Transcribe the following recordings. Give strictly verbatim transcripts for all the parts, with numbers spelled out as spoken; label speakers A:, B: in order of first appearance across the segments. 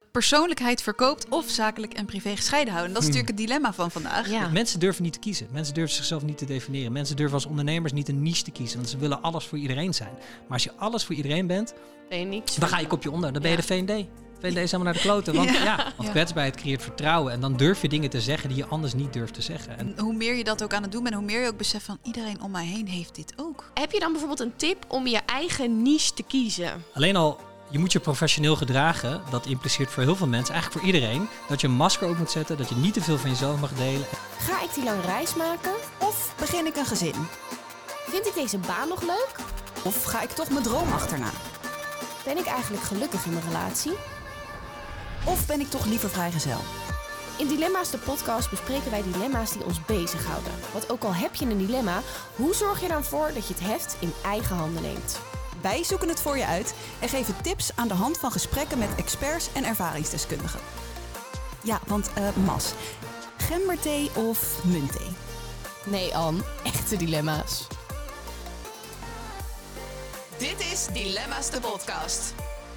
A: persoonlijkheid verkoopt of zakelijk en privé gescheiden houden. Dat is natuurlijk het dilemma van vandaag.
B: Ja.
C: Mensen durven niet te kiezen. Mensen durven zichzelf niet te definiëren. Mensen durven als ondernemers niet een niche te kiezen. Want ze willen alles voor iedereen zijn. Maar als je alles voor iedereen bent,
B: Ben je niet
C: dan ga je kopje onder. Dan ben je
B: Ja.
C: de V en D. V en D is helemaal naar de kloten. Want,
A: Ja.
C: ja. want
A: Ja.
C: kwetsbaarheid creëert vertrouwen. En dan durf je dingen te zeggen die je anders niet durft te zeggen. En
A: Hoe meer je dat ook aan het doen bent, hoe meer je ook beseft van iedereen om mij heen heeft dit ook.
B: Heb je dan bijvoorbeeld een tip om je eigen niche te kiezen?
C: alleen al, je moet je professioneel gedragen. Dat impliceert voor heel veel mensen, eigenlijk voor iedereen, dat je een masker op moet zetten. Dat je niet te veel van jezelf mag delen.
B: Ga ik die lange reis maken?
D: Of begin ik een gezin?
B: Vind ik deze baan nog leuk?
D: Of ga ik toch mijn droom achterna?
B: Ben ik eigenlijk gelukkig in mijn relatie?
D: Of ben ik toch liever vrijgezel?
B: In Dilemma's de podcast bespreken wij dilemma's die ons bezighouden. Want ook al heb je een dilemma, hoe zorg je dan voor dat je het heft in eigen handen neemt?
D: Wij zoeken het voor je uit en geven tips aan de hand van gesprekken met experts en ervaringsdeskundigen. Ja, want uh, Mas, gemberthee of muntthee?
B: Nee, Ann, echte dilemma's.
D: Dit is Dilemma's de podcast.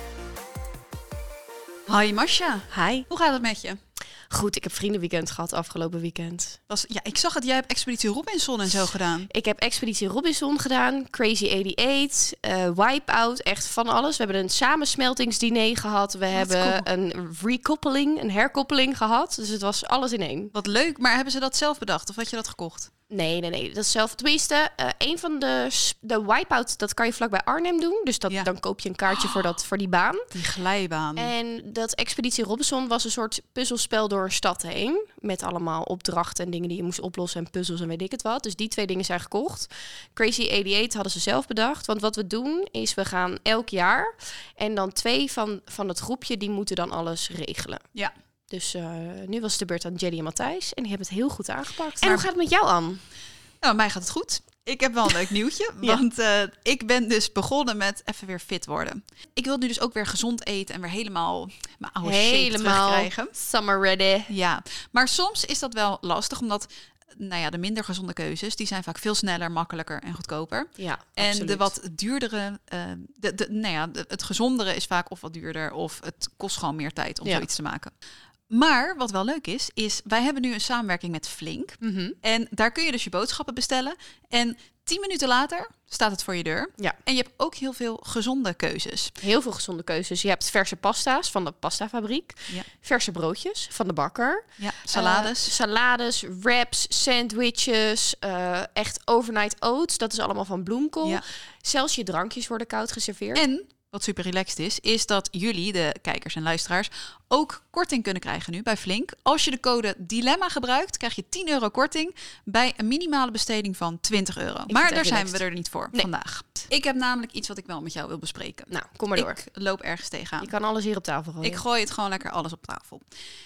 A: Hi Masha,
B: Hi.
A: hoe gaat het met je?
B: Goed, ik heb vriendenweekend gehad afgelopen weekend.
A: Was, ja, ik zag het, jij hebt Expeditie Robinson en zo gedaan.
B: Ik heb Expeditie Robinson gedaan, Crazy eenennegentig, uh, Wipeout, echt van alles. We hebben een samensmeltingsdiner gehad. We hebben
A: cool.
B: een recoppeling, een herkoppeling gehad. Dus het was alles in één.
A: Wat leuk, maar hebben ze dat zelf bedacht of had je dat gekocht?
B: Nee, nee, nee. Dat is zelf. Tenminste, uh, een van de, s- de Wipeout, dat kan je vlak bij Arnhem doen. Dus dat,
A: Ja.
B: dan koop je een kaartje voor, dat, voor die baan.
A: Die glijbaan.
B: En dat Expeditie Robinson was een soort puzzelspel door een stad heen. Met allemaal opdrachten en dingen die je moest oplossen en puzzels en weet ik het wat. Dus die twee dingen zijn gekocht. Crazy eenennegentig hadden ze zelf bedacht. Want wat we doen is, we gaan elk jaar. En dan twee van, van het groepje, die moeten dan alles regelen.
A: Ja.
B: Dus uh, nu was het de beurt aan Jelly en Matthijs. En die hebben het heel goed aangepakt. En
A: Maar-
B: hoe gaat het met jou, Ann?
A: Nou, mij gaat het goed. Ik heb wel een leuk nieuwtje,
B: Ja.
A: want uh, ik ben dus begonnen met even weer fit worden. Ik wil nu dus ook weer gezond eten en weer helemaal mijn oude shape
B: Helemaal
A: terugkrijgen.
B: summer ready.
A: Ja, maar soms is dat wel lastig, omdat nou ja, de minder gezonde keuzes, die zijn vaak veel sneller, makkelijker en goedkoper.
B: Ja,
A: En
B: absoluut.
A: de wat duurdere, uh, de, de, nou ja, de, het gezondere is vaak of wat duurder of het kost gewoon meer tijd om
B: Ja.
A: zoiets te maken. Maar wat wel leuk is, is wij hebben nu een samenwerking met Flink.
B: Mhm.
A: En daar kun je dus je boodschappen bestellen. En tien minuten later staat het voor je deur.
B: Ja.
A: En je hebt ook heel veel gezonde keuzes.
B: Heel veel gezonde keuzes. Je hebt verse pasta's van de pastafabriek.
A: Ja.
B: Verse broodjes van de bakker.
A: Ja, salades.
B: Uh, salades, wraps, sandwiches. Uh, echt overnight oats. Dat is allemaal van bloemkool.
A: Ja.
B: Zelfs je drankjes worden koud geserveerd.
A: En wat super relaxed is, is dat jullie, de kijkers en luisteraars, ook korting kunnen krijgen nu bij Flink. Als je de code Dilemma gebruikt, krijg je tien euro korting bij een minimale besteding van twintig euro.
B: vind
A: Maar
B: het
A: daar
B: echt
A: zijn
B: relaxed.
A: we er niet voor
B: Nee.
A: vandaag. Ik heb namelijk iets wat ik wel met jou wil bespreken.
B: Nou, kom maar door.
A: Ik loop ergens tegenaan.
B: Je kan alles hier op tafel gooien.
A: Ik gooi het gewoon lekker alles op tafel.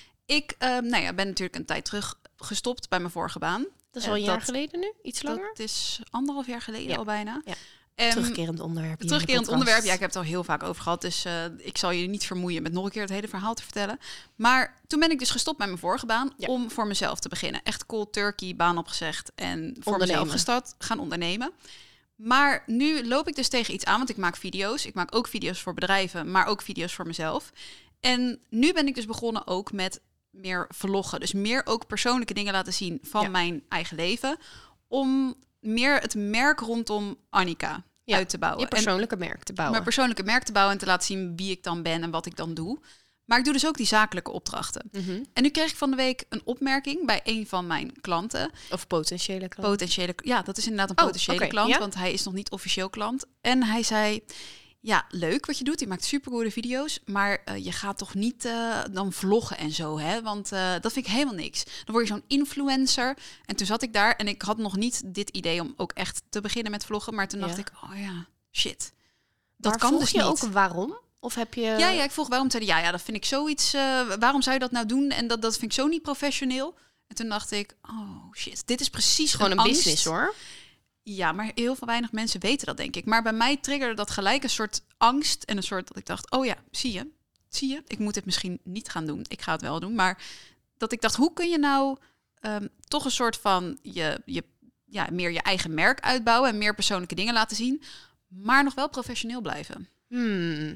A: Ik uh, nou ja, ben natuurlijk een tijd terug gestopt bij mijn vorige baan.
B: Dat is al een
A: Uh,
B: jaar
A: dat-
B: geleden nu? Iets langer?
A: Dat is anderhalf jaar geleden
B: Ja.
A: al bijna.
B: Ja.
A: Um,
B: Terugkerend onderwerp. hier in de
A: Terugkerend
B: podcast.
A: onderwerp. Ja, ik heb het al heel vaak over gehad. Dus uh, ik zal je niet vermoeien met nog een keer het hele verhaal te vertellen. Maar toen ben ik dus gestopt met mijn vorige baan
B: Ja.
A: om voor mezelf te beginnen. Echt cold turkey, baan opgezegd en voor
B: Ondernemen.
A: mezelf gestart, gaan ondernemen. Maar nu loop ik dus tegen iets aan, want ik maak video's. Ik maak ook video's voor bedrijven, maar ook video's voor mezelf. En nu ben ik dus begonnen ook met meer vloggen. Dus meer ook persoonlijke dingen laten zien van
B: Ja.
A: mijn eigen leven. Om meer het merk rondom Annika
B: Ja,
A: uit te bouwen.
B: Je persoonlijke merk te
A: En
B: bouwen.
A: mijn persoonlijke merk te bouwen en te laten zien wie ik dan ben en wat ik dan doe. Maar ik doe dus ook die zakelijke opdrachten.
B: Mhm.
A: En nu kreeg ik van de week een opmerking bij een van mijn klanten.
B: Of potentiële klant.
A: Potentiële, ja, dat is inderdaad een
B: Oh,
A: potentiële
B: oké,
A: klant,
B: ja?
A: want hij is nog niet officieel klant. En hij zei, ja, leuk wat je doet. Je maakt supergoede video's, maar uh, je gaat toch niet uh, dan vloggen en zo, hè? Want uh, dat vind ik helemaal niks. Dan word je zo'n influencer. En toen zat ik daar en ik had nog niet dit idee om ook echt te beginnen met vloggen. Maar toen
B: Ja.
A: dacht ik, oh ja, shit. Dat
B: Maar
A: kan
B: vroeg
A: dus
B: je
A: niet.
B: ook waarom? Of heb je...
A: Ja, ja, ik vroeg waarom. Zeiden ja, ja, dat vind ik zoiets. Uh, waarom zou je dat nou doen? En dat, dat vind ik zo niet professioneel. En toen dacht ik, oh shit, dit is precies
B: Gewoon een
A: angst.
B: business hoor.
A: Ja, maar heel veel weinig mensen weten dat, denk ik. Maar bij mij triggerde dat gelijk een soort angst en een soort dat ik dacht, oh ja, zie je, zie je, ik moet dit misschien niet gaan doen. Ik ga het wel doen, maar dat ik dacht, hoe kun je nou um, toch een soort van je, je, ja, meer je eigen merk uitbouwen en meer persoonlijke dingen laten zien, maar nog wel professioneel blijven?
B: Hmm.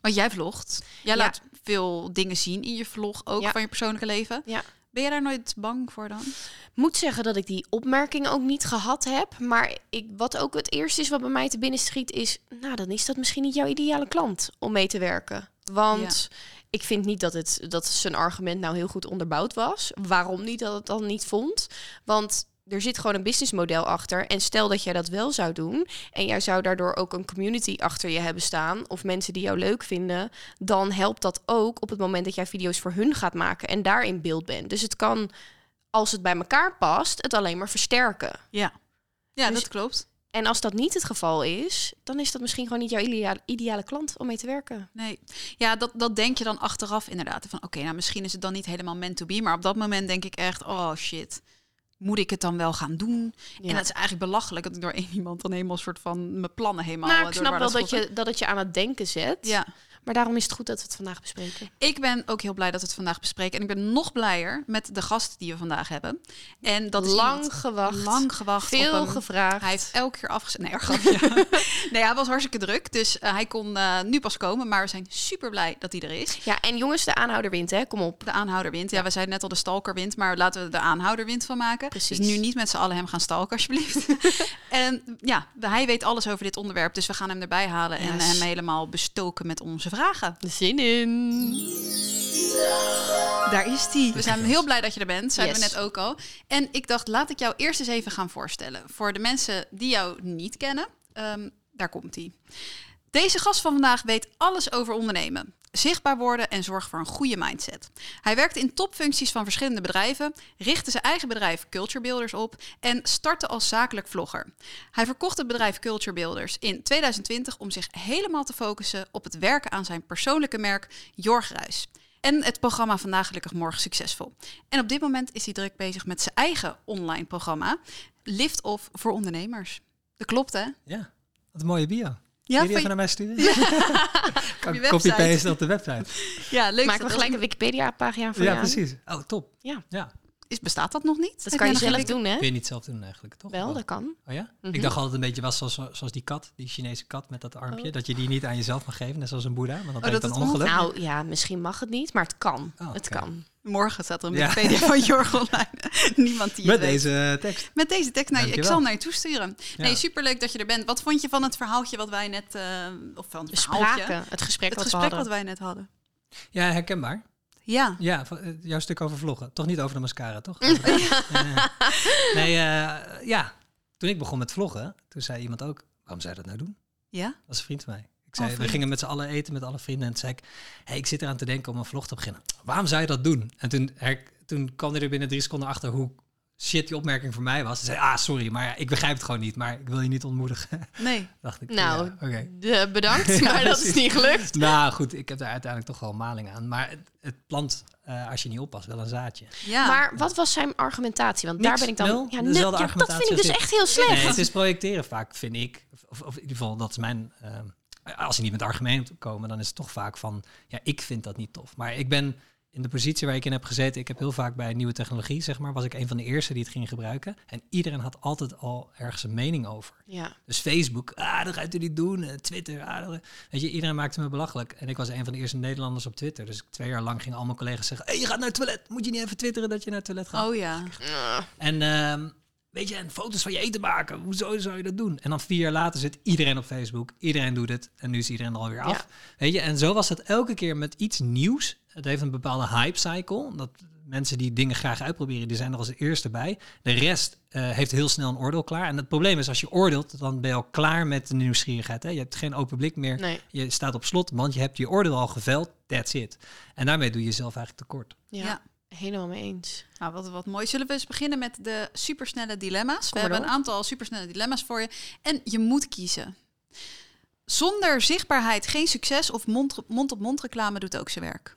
A: Want jij vlogt. Jij
B: Ja.
A: laat veel dingen zien in je vlog, ook
B: Ja.
A: van je persoonlijke leven.
B: Ja.
A: Ben je daar nooit bang voor dan?
B: Moet zeggen dat ik die opmerking ook niet gehad heb. Maar ik, wat ook het eerste is wat bij mij te binnen schiet is... nou, dan is dat misschien niet jouw ideale klant om mee te werken. Want ik vind niet dat, het, dat zijn argument nou heel goed onderbouwd was. Waarom niet dat het dan niet vond? Want er zit gewoon een businessmodel achter. En stel dat jij dat wel zou doen... en jij zou daardoor ook een community achter je hebben staan... of mensen die jou leuk vinden... dan helpt dat ook op het moment dat jij video's voor hun gaat maken... en daar in beeld bent. Dus het kan, als het bij elkaar past... het alleen maar versterken.
A: Ja. Ja,
B: Dus-
A: dat klopt.
B: En als dat niet het geval is... dan is dat misschien gewoon niet jouw ideale, ideale klant om mee te werken.
A: Nee. Ja, dat, dat denk je dan achteraf inderdaad. Van oké, nou misschien is het dan niet helemaal meant to be. Maar op dat moment denk ik echt, oh shit... moet ik het dan wel gaan doen?
B: Ja.
A: En dat is eigenlijk belachelijk... dat ik door één iemand dan helemaal soort van... mijn plannen helemaal...
B: Nou,
A: eh,
B: ik
A: door de
B: snap
A: war
B: wel
A: laat
B: dat,
A: schoppen.
B: je, dat het je aan het denken zet.
A: Ja.
B: Maar daarom is het goed dat we het vandaag bespreken.
A: Ik ben ook heel blij dat we het vandaag bespreken. En ik ben nog blijer met de gast die we vandaag hebben. En dat is
B: lang
A: iemand-
B: gewacht.
A: Lang gewacht.
B: Veel
A: op hem.
B: gevraagd.
A: Hij heeft elke keer afgezet. Nee, grapje. Nee, hij was hartstikke druk. Dus uh, hij kon uh, nu pas komen. Maar we zijn super blij dat hij er is.
B: Ja, en jongens, de aanhouder wint, hè? Kom op.
A: De aanhouder wint. Ja, we zeiden net al de stalker wint. Maar laten we de aanhouder wint van maken.
B: Precies.
A: Dus nu niet met z'n allen hem gaan stalken, alsjeblieft. En ja, hij weet alles over dit onderwerp. Dus we gaan hem erbij halen. En
B: Yes.
A: hem helemaal bestoken met onze vragen.
B: Zin in.
A: Daar is hij. We zijn heel blij dat je er bent, zeiden
B: Yes.
A: we net ook al. En ik dacht, laat ik jou eerst eens even gaan voorstellen. Voor de mensen die jou niet kennen, um, daar komt hij. Deze gast van vandaag weet alles over ondernemen. Zichtbaar worden en zorg voor een goede mindset. Hij werkte in topfuncties van verschillende bedrijven, richtte zijn eigen bedrijf Culture Builders op en startte als zakelijk vlogger. Hij verkocht het bedrijf Culture Builders in tweeduizend twintig om zich helemaal te focussen op het werken aan zijn persoonlijke merk Jorg Ruijs. En het programma Vandaag Gelukkig Morgen Succesvol. En op dit moment is hij druk bezig met zijn eigen online programma Lift Off voor ondernemers. Dat klopt, hè?
C: Ja, wat een mooie bio.
A: Ja,
C: Wil je die
A: van
C: even naar mij sturen?
A: Op je
C: Kan
A: website.
C: copy-paste op de website.
A: Ja, leuk.
B: Maken we gelijk een Wikipedia-pagina voor
C: Ja,
B: je aan.
C: precies. Oh, top.
B: Ja.
C: Ja.
A: Is, bestaat dat nog niet?
B: Dat
A: Heb
B: kan je
A: jij nog
B: zelf
A: geen-
B: doen, hè?
C: Kun je niet zelf doen eigenlijk, toch?
B: Wel, dat kan.
C: Oh ja?
B: Mhm.
C: Ik dacht altijd een beetje was zoals, zoals die kat, die Chinese kat met dat armpje.
B: Oh.
C: Dat je die niet aan jezelf mag geven, net zoals een boeddha. Want dan
A: Oh,
C: brengt
A: dat
C: dan
A: het
C: ongeluk.
B: Nou ja, misschien mag het niet, maar het kan.
C: Oh,
B: Het
C: oké.
B: kan.
A: Morgen staat er een
C: Ja.
A: Wikipedia van Jorg online. Niemand die het
C: Met
A: weet.
C: deze tekst.
A: Met deze tekst. Nou, ik
C: Dankjewel.
A: zal hem naar je toesturen.
C: Ja.
A: Nee, superleuk dat je er bent. Wat vond je van het verhaaltje wat wij net... Uh, of van het
B: We
A: verhaaltje?
B: spraken. Het gesprek
A: Het
B: wat
A: gesprek
B: we
A: wat
B: hadden.
A: wij net hadden.
C: Ja, herkenbaar.
A: Ja.
C: Ja, van, eh, jouw stuk over vloggen. Toch niet over de mascara, toch? Ja. Nee, eh, ja. Toen ik begon met vloggen, toen zei iemand ook, waarom zou je dat nou doen?
A: Ja?
C: Dat was een vriend van mij. Ik zei,
A: Oh,
C: we
A: vriend.
C: gingen met z'n allen eten met alle vrienden. En toen zei ik, hey, ik zit eraan te denken om een vlog te beginnen. Waarom zou je dat doen? En toen, her, toen kwam hij er binnen drie seconden achter hoe shit die opmerking voor mij was. Hij zei, ah, sorry, maar ja, ik begrijp het gewoon niet. Maar ik wil je niet ontmoedigen.
A: Nee.
C: Dacht ik,
B: Nou,
C: ja, oké.
B: de- bedankt,
C: Ja,
B: maar dat is
C: precies.
B: niet gelukt.
C: Nou goed, ik heb daar uiteindelijk toch wel een maling aan. Maar het, het plant, uh, als je niet oppast, wel een zaadje.
A: Ja.
B: Maar wat was zijn argumentatie? Want
C: Niks,
B: daar ben ik dan...
C: nul.
B: Ja,
C: Dezelfde
B: nul. Ja, dat
C: argumentatie
B: vind ik dus
C: als ik.
B: echt heel slecht.
C: Nee, het is projecteren vaak, vind ik. Of, of in ieder geval, dat is mijn... Uh, als je niet met argumenten komen, dan is het toch vaak van... Ja, ik vind dat niet tof. Maar ik ben in de positie waar ik in heb gezeten... Ik heb heel vaak bij nieuwe technologie, zeg maar... was ik een van de eerste die het ging gebruiken. En iedereen had altijd al ergens een mening over.
B: Ja.
C: Dus Facebook, ah, dat gaat u niet doen. Twitter, ah, dat... Weet je, iedereen maakte me belachelijk. En ik was een van de eerste Nederlanders op Twitter. Dus twee jaar lang gingen al mijn collega's zeggen... Hey, je gaat naar het toilet. Moet je niet even twitteren dat je naar het toilet gaat?
A: Oh ja.
C: En uh, weet je, en foto's van je eten maken. Hoezo zou je dat doen? En dan vier jaar later zit iedereen op Facebook. Iedereen doet het. En nu is iedereen er alweer af.
B: Ja.
C: Weet je, en zo was het elke keer met iets nieuws. Het heeft een bepaalde hype cycle. Dat mensen die dingen graag uitproberen, die zijn er als eerste bij. De rest uh, heeft heel snel een oordeel klaar. En het probleem is, als je oordeelt, dan ben je al klaar met de nieuwsgierigheid. Hè? Je hebt geen open blik meer.
B: Nee.
C: Je staat op slot, want je hebt je oordeel al geveld. That's it. En daarmee doe je jezelf eigenlijk tekort.
B: Ja.
A: Ja.
B: Helemaal mee eens.
A: Nou, wat, wat mooi. Zullen we eens beginnen met de supersnelle dilemma's?
B: Kom
A: We
B: maar
A: hebben
B: door.
A: een aantal supersnelle dilemma's voor je. En je moet kiezen. Zonder zichtbaarheid geen succes of mond- mond-op-mond reclame doet ook zijn werk.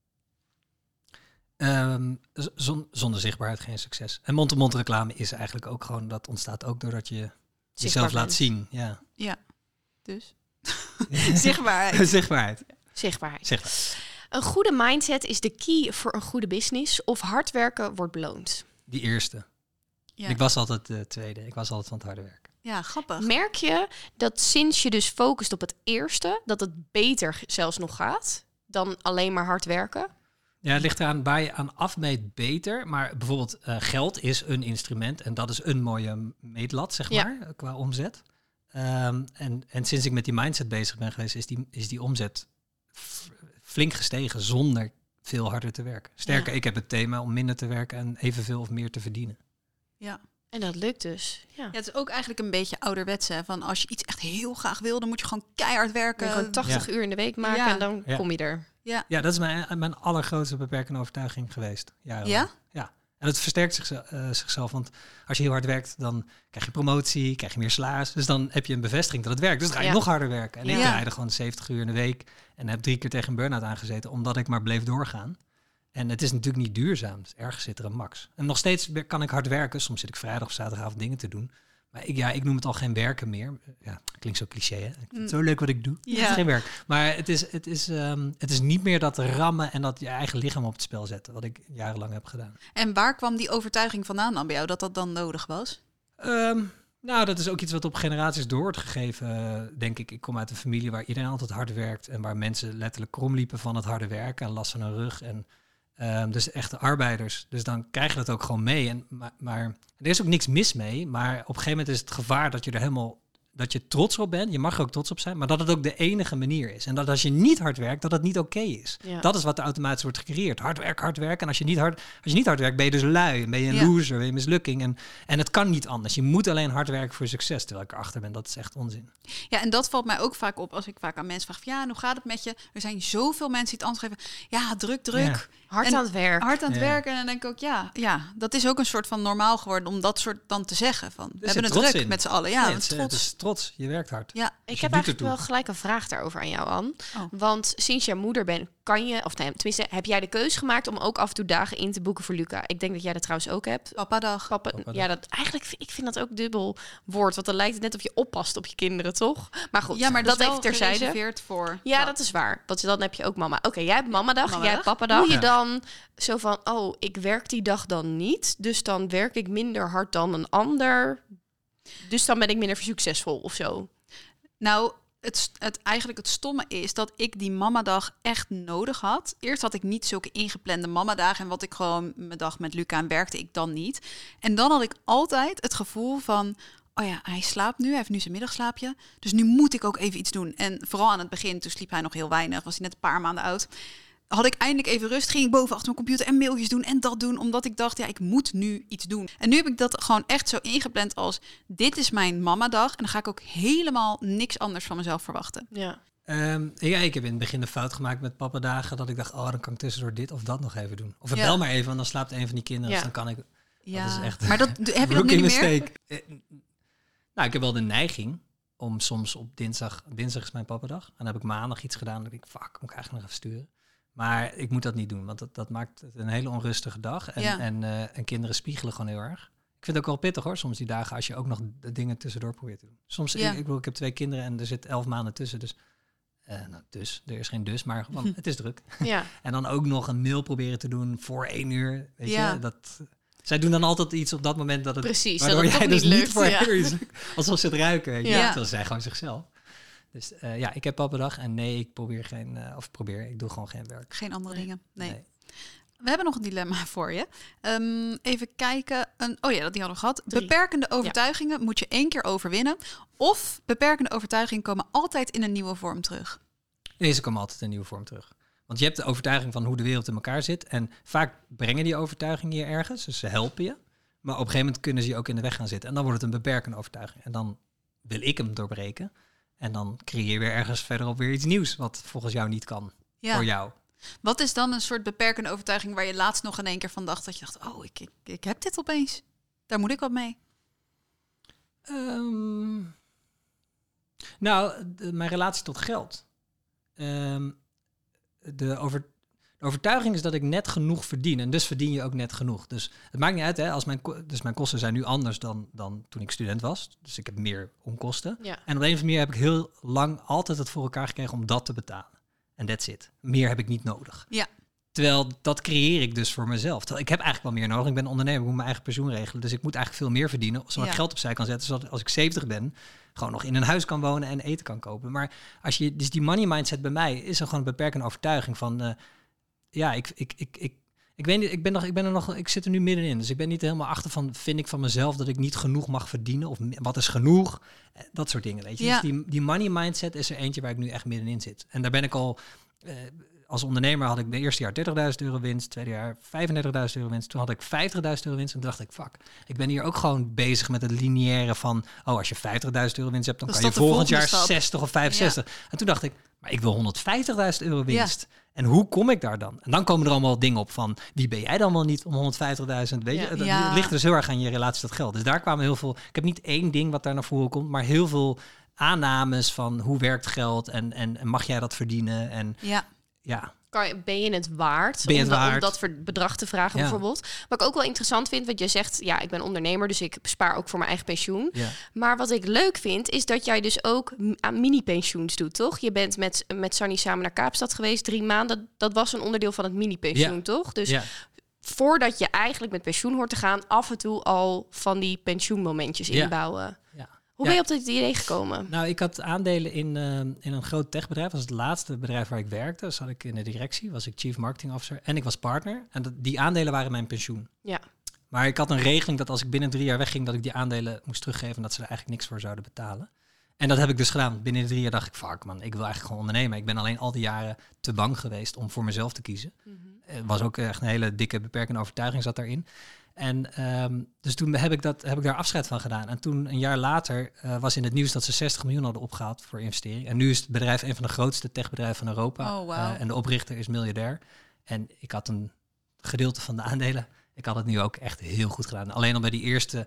C: Um, zon, zonder zichtbaarheid geen succes. En mond-op-mond reclame is eigenlijk ook gewoon... dat ontstaat ook doordat je jezelf laat
B: bent.
C: zien. Ja.
A: Ja, dus. Zichtbaarheid.
C: Zichtbaarheid.
B: Zichtbaarheid.
C: Zichtbaarheid.
B: Een goede mindset is de key voor een goede business. Of hard werken wordt beloond.
C: Die eerste.
A: Ja.
C: Ik was altijd de tweede. Ik was altijd van het harde werk.
A: Ja, grappig.
B: Merk je dat sinds je dus focust op het eerste, dat het beter zelfs nog gaat dan alleen maar hard werken?
C: Ja, het ligt eraan waar je aan afmeet beter. Maar bijvoorbeeld uh, geld is een instrument. En dat is een mooie meetlat, zeg
B: Ja.
C: maar, qua omzet. Um, en, en sinds ik met die mindset bezig ben geweest, is die, is die omzet f- flink gestegen zonder veel harder te werken. Sterker,
B: Ja.
C: ik heb het thema om minder te werken en evenveel of meer te verdienen.
A: Ja.
B: En dat lukt dus. Ja.
A: Ja, het is ook eigenlijk een beetje ouderwets. Hè? Van als je iets echt heel graag wil, dan moet je gewoon keihard werken.
B: Kun je gewoon tachtig
C: Ja.
B: uur in de week maken
A: Ja.
B: en dan
C: Ja.
B: kom je er.
A: Ja.
C: Ja, dat is mijn, mijn allergrootste beperkende overtuiging geweest. Jarenlang.
A: Ja?
C: Ja. En het versterkt zichzelf, uh, zichzelf, want als je heel hard werkt, dan krijg je promotie, krijg je meer salaris. Dus dan heb je een bevestiging dat het werkt. Dus dan ga je
B: Ja.
C: nog harder werken. En ik
A: Ja.
C: draaide gewoon zeventig uur in de week en heb drie keer tegen een burn-out aangezeten, omdat ik maar bleef doorgaan. En het is natuurlijk niet duurzaam. Dus ergens zit er een max. En nog steeds kan ik hard werken. Soms zit ik vrijdag of zaterdagavond dingen te doen. Maar ik, ja, ik noem het al geen werken meer. Ja, klinkt zo cliché, hè? Ik vind het zo leuk wat ik doe.
A: Ja.
C: Het is geen werk. Maar het is, het, is, um, het is niet meer dat rammen en dat je eigen lichaam op het spel zetten. Wat ik jarenlang heb gedaan.
A: En waar kwam die overtuiging vandaan dan bij jou, dat dat dan nodig was?
C: Um, nou, dat is ook iets wat op generaties door wordt gegeven, uh, denk ik. Ik kom uit een familie waar iedereen altijd hard werkt. En waar mensen letterlijk krom liepen van het harde werken en last van hun rug. En Um, dus echte arbeiders. Dus dan krijg je dat ook gewoon mee. En, maar, maar er is ook niks mis mee. Maar op een gegeven moment is het gevaar dat je er helemaal dat je trots op bent. Je mag er ook trots op zijn. Maar dat het ook de enige manier is. En dat als je niet hard werkt, dat het niet oké okay is.
B: Ja.
C: Dat is wat er automatisch wordt gecreëerd. Hard werken, hard werken. En als je niet hard, als je niet hard werkt, ben je dus lui. Ben je een
A: Ja.
C: loser, ben je een mislukking. En, en het kan niet anders. Je moet alleen hard werken voor succes. Terwijl ik erachter ben, dat is echt onzin.
A: Ja, en dat valt mij ook vaak op als ik vaak aan mensen vraag van, ja, en hoe gaat het met je? Er zijn zoveel mensen die het antwoord geven. Ja, druk, druk.
C: Ja.
B: Hard
A: En
B: aan het werk.
A: Hard aan het
C: Ja.
A: werken. En dan denk ik ook, ja, ja, dat is ook een soort van normaal geworden om dat soort dan te zeggen. Van, we
C: zit
A: hebben het
C: trots
A: druk
C: in.
A: met z'n allen. Ja,
C: Nee,
A: het
C: het,
A: is
C: is,
A: trots.
C: het is trots. Je werkt hard.
A: Ja,
B: Ik
C: je
B: heb
C: doet
B: eigenlijk
C: ertoe.
B: wel gelijk een vraag daarover aan jou, Anne.
A: Oh.
B: Want sinds jij moeder bent, kan je, of nee, tenminste, heb jij de keuze gemaakt om ook af en toe dagen in te boeken voor Luca? Ik denk dat jij dat trouwens ook hebt.
A: Papa-dag.
B: Papa,
C: Papa-dag.
B: ja, dat eigenlijk vind ik vind dat ook dubbel woord, want dan lijkt het net of je oppast op je kinderen, toch? Maar goed,
A: Ja, maar
B: dat
A: dat,
B: even terzijde.
A: gereserveerd voor.
B: Ja, dat is waar. Want dan heb je ook mama. Oké, jij hebt mamadag,
A: Mamadag.
B: jij hebt papadag. Doe je
C: Ja.
B: dan zo van, oh, ik werk die dag dan niet, dus dan werk ik minder hard dan een ander, dus dan ben ik minder succesvol of zo?
A: Nou, het, het, eigenlijk het stomme is dat ik die mamadag echt nodig had. Eerst had ik niet zulke ingeplande mamadagen. En wat ik gewoon mijn dag met Luca en werkte ik dan niet. En dan had ik altijd het gevoel van, oh ja, hij slaapt nu. Hij heeft nu zijn middagslaapje. Dus nu moet ik ook even iets doen. En vooral aan het begin, toen sliep hij nog heel weinig. Was hij net een paar maanden oud. Had ik eindelijk even rust, ging ik boven achter mijn computer en mailtjes doen en dat doen, omdat ik dacht, ja, ik moet nu iets doen. En nu heb ik dat gewoon echt zo ingepland als, dit is mijn mamadag en dan ga ik ook helemaal niks anders van mezelf verwachten.
B: Ja.
C: Um, ja, ik heb in het begin de fout gemaakt met papadagen, dat ik dacht, oh, dan kan ik tussendoor dit of dat nog even doen. Of
A: Ja.
C: bel maar even, en dan slaapt een van die kinderen,
B: Ja.
C: dus dan kan ik...
A: Ja,
C: is echt
A: maar dat, heb je dat
C: Rookie
A: nu niet meer?
C: mistake. Eh, Nou, ik heb wel de neiging om soms op dinsdag, dinsdag is mijn papadag, en dan heb ik maandag iets gedaan, dan denk ik, fuck, moet ik eigenlijk nog even sturen. Maar ik moet dat niet doen, want dat, dat maakt het een hele onrustige dag. En,
A: Ja.
C: en, uh, en kinderen spiegelen gewoon heel erg. Ik vind het ook wel pittig hoor, soms die dagen als je ook nog de dingen tussendoor probeert te doen. Soms,
A: Ja.
C: ik, ik bedoel, ik heb twee kinderen en er zit elf maanden tussen. Dus, uh, nou, dus, er is geen dus, maar gewoon, het is druk.
B: Ja.
C: En dan ook nog een mail proberen te doen voor één uur. Weet
A: Ja.
C: je, dat... Zij doen dan altijd iets op dat moment dat het...
B: Precies,
C: waardoor
B: dat het
C: jij
B: toch
C: dus
B: niet
C: niet
B: lukt,
C: voor
B: ja.
C: één uur iets lukt. Alsof ze het ruiken, weet je.
B: Ja.
C: Terwijl zij gewoon zichzelf. Dus uh, ja, ik heb papadag en nee, ik probeer geen... Uh, of probeer, ik doe gewoon geen werk.
A: Geen andere
B: Nee.
A: dingen. Nee.
C: Nee.
A: We hebben nog een dilemma voor je. Um, even kijken. Een, oh ja, dat die hadden we gehad.
B: Drie.
A: Beperkende overtuigingen moet je één keer overwinnen. Of beperkende overtuigingen komen altijd in een nieuwe vorm terug.
C: Nee, ze komen altijd in een nieuwe vorm terug. Want je hebt de overtuiging van hoe de wereld in elkaar zit. En vaak brengen die overtuigingen je ergens. Dus ze helpen je. Maar op een gegeven moment kunnen ze je ook in de weg gaan zitten. En dan wordt het een beperkende overtuiging. En dan wil ik hem doorbreken. En dan creëer je weer ergens verderop weer iets nieuws. Wat volgens jou niet kan.
A: Ja.
C: Voor jou.
A: Wat is dan een soort beperkende overtuiging waar je laatst nog in één keer van dacht dat je dacht, oh, ik, ik, ik heb dit opeens. Daar moet ik wat mee.
C: Um, nou, de, mijn relatie tot geld. Um, de, over, de overtuiging is dat ik net genoeg verdien. En dus verdien je ook net genoeg. Dus het maakt niet uit, hè. Als mijn, dus mijn kosten zijn nu anders dan, dan toen ik student was. Dus ik heb meer onkosten.
B: Ja.
C: En op een of andere manier heb ik heel lang altijd het voor elkaar gekregen om dat te betalen. En that's it. Meer heb ik niet nodig.
A: Ja.
C: Terwijl dat creëer ik dus voor mezelf. Terwijl ik heb eigenlijk wel meer nodig. Ik ben ondernemer, ik moet mijn eigen pensioen regelen. Dus ik moet eigenlijk veel meer verdienen, zodat
A: Ja.
C: ik geld opzij kan zetten. Zodat als ik zeventig ben, gewoon nog in een huis kan wonen en eten kan kopen. Maar als je, dus die money mindset bij mij is er gewoon een beperkende overtuiging van, uh, ja, ik, ik, ik, ik, ik weet niet, ik ben nog, ik ben er nog, ik zit er nu middenin. Dus ik ben niet helemaal achter van, vind ik van mezelf dat ik niet genoeg mag verdienen of wat is genoeg, dat soort dingen, weet je.
A: Ja.
C: Dus die, die money mindset is er eentje waar ik nu echt middenin zit. En daar ben ik al. Uh, Als ondernemer had ik mijn eerste jaar dertigduizend euro winst, tweede jaar vijfendertigduizend euro winst. Toen had ik vijftigduizend euro winst en toen dacht ik, fuck, ik ben hier ook gewoon bezig met het lineaire van, oh, als je vijftigduizend euro winst hebt, dan
A: Dat
C: kan
A: is
C: je
A: tot de
C: volgend jaar
A: volgende stap.
C: zestig of vijfenzestig. Ja. En toen dacht ik, maar ik wil honderdvijftigduizend euro winst.
A: Ja.
C: En hoe kom ik daar dan? En dan komen er allemaal dingen op van, wie ben jij dan wel niet om honderdvijftigduizend? Weet
B: Ja.
C: je, dat
A: Ja.
C: ligt dus heel erg aan je relatie tot geld. Dus daar kwamen heel veel, ik heb niet één ding wat daar naar voren komt, maar heel veel aannames van hoe werkt geld en, en, en mag jij dat verdienen? En
A: Ja.
C: ja...
B: Kan je, ben je het waard,
C: Ben je
B: om,
C: het
B: da- om
C: waard?
B: dat voor bedrag te vragen
C: Ja.
B: bijvoorbeeld? Wat ik ook wel interessant vind, want je zegt, ja, ik ben ondernemer, dus ik spaar ook voor mijn eigen pensioen.
C: Ja.
B: Maar wat ik leuk vind, is dat jij dus ook m- aan mini-pensioens doet, toch? Je bent met, met Sunny samen naar Kaapstad geweest, drie maanden. Dat, dat was een onderdeel van het mini-pensioen,
C: Ja.
B: toch? Dus
C: ja.
B: voordat je eigenlijk met pensioen hoort te gaan, af en toe al van die pensioenmomentjes
C: Ja.
B: inbouwen.
C: Ja.
B: Hoe
C: Ja.
B: ben je op dit idee gekomen?
C: Nou, ik had aandelen in, uh, in een groot techbedrijf. Dat was het laatste bedrijf waar ik werkte. Zat ik in de directie, was ik chief marketing officer en ik was partner. En dat, die aandelen waren mijn pensioen.
B: Ja.
C: Maar ik had een regeling dat als ik binnen drie jaar wegging, dat ik die aandelen moest teruggeven en dat ze er eigenlijk niks voor zouden betalen. En dat heb ik dus gedaan. Binnen de drie jaar dacht ik, fuck man, ik wil eigenlijk gewoon ondernemen. Ik ben alleen al die jaren te bang geweest om voor mezelf te kiezen.
B: Mm-hmm.
C: Het was ook echt een hele dikke beperkende overtuiging zat daarin. En um, dus toen heb ik, dat, heb ik daar afscheid van gedaan. En toen een jaar later uh, was in het nieuws dat ze zestig miljoen hadden opgehaald voor investering. En nu is het bedrijf een van de grootste techbedrijven van Europa.
A: Oh, wow.
C: uh, en de oprichter is miljardair. En ik had een gedeelte van de aandelen. Ik had het nu ook echt heel goed gedaan. Alleen al bij die eerste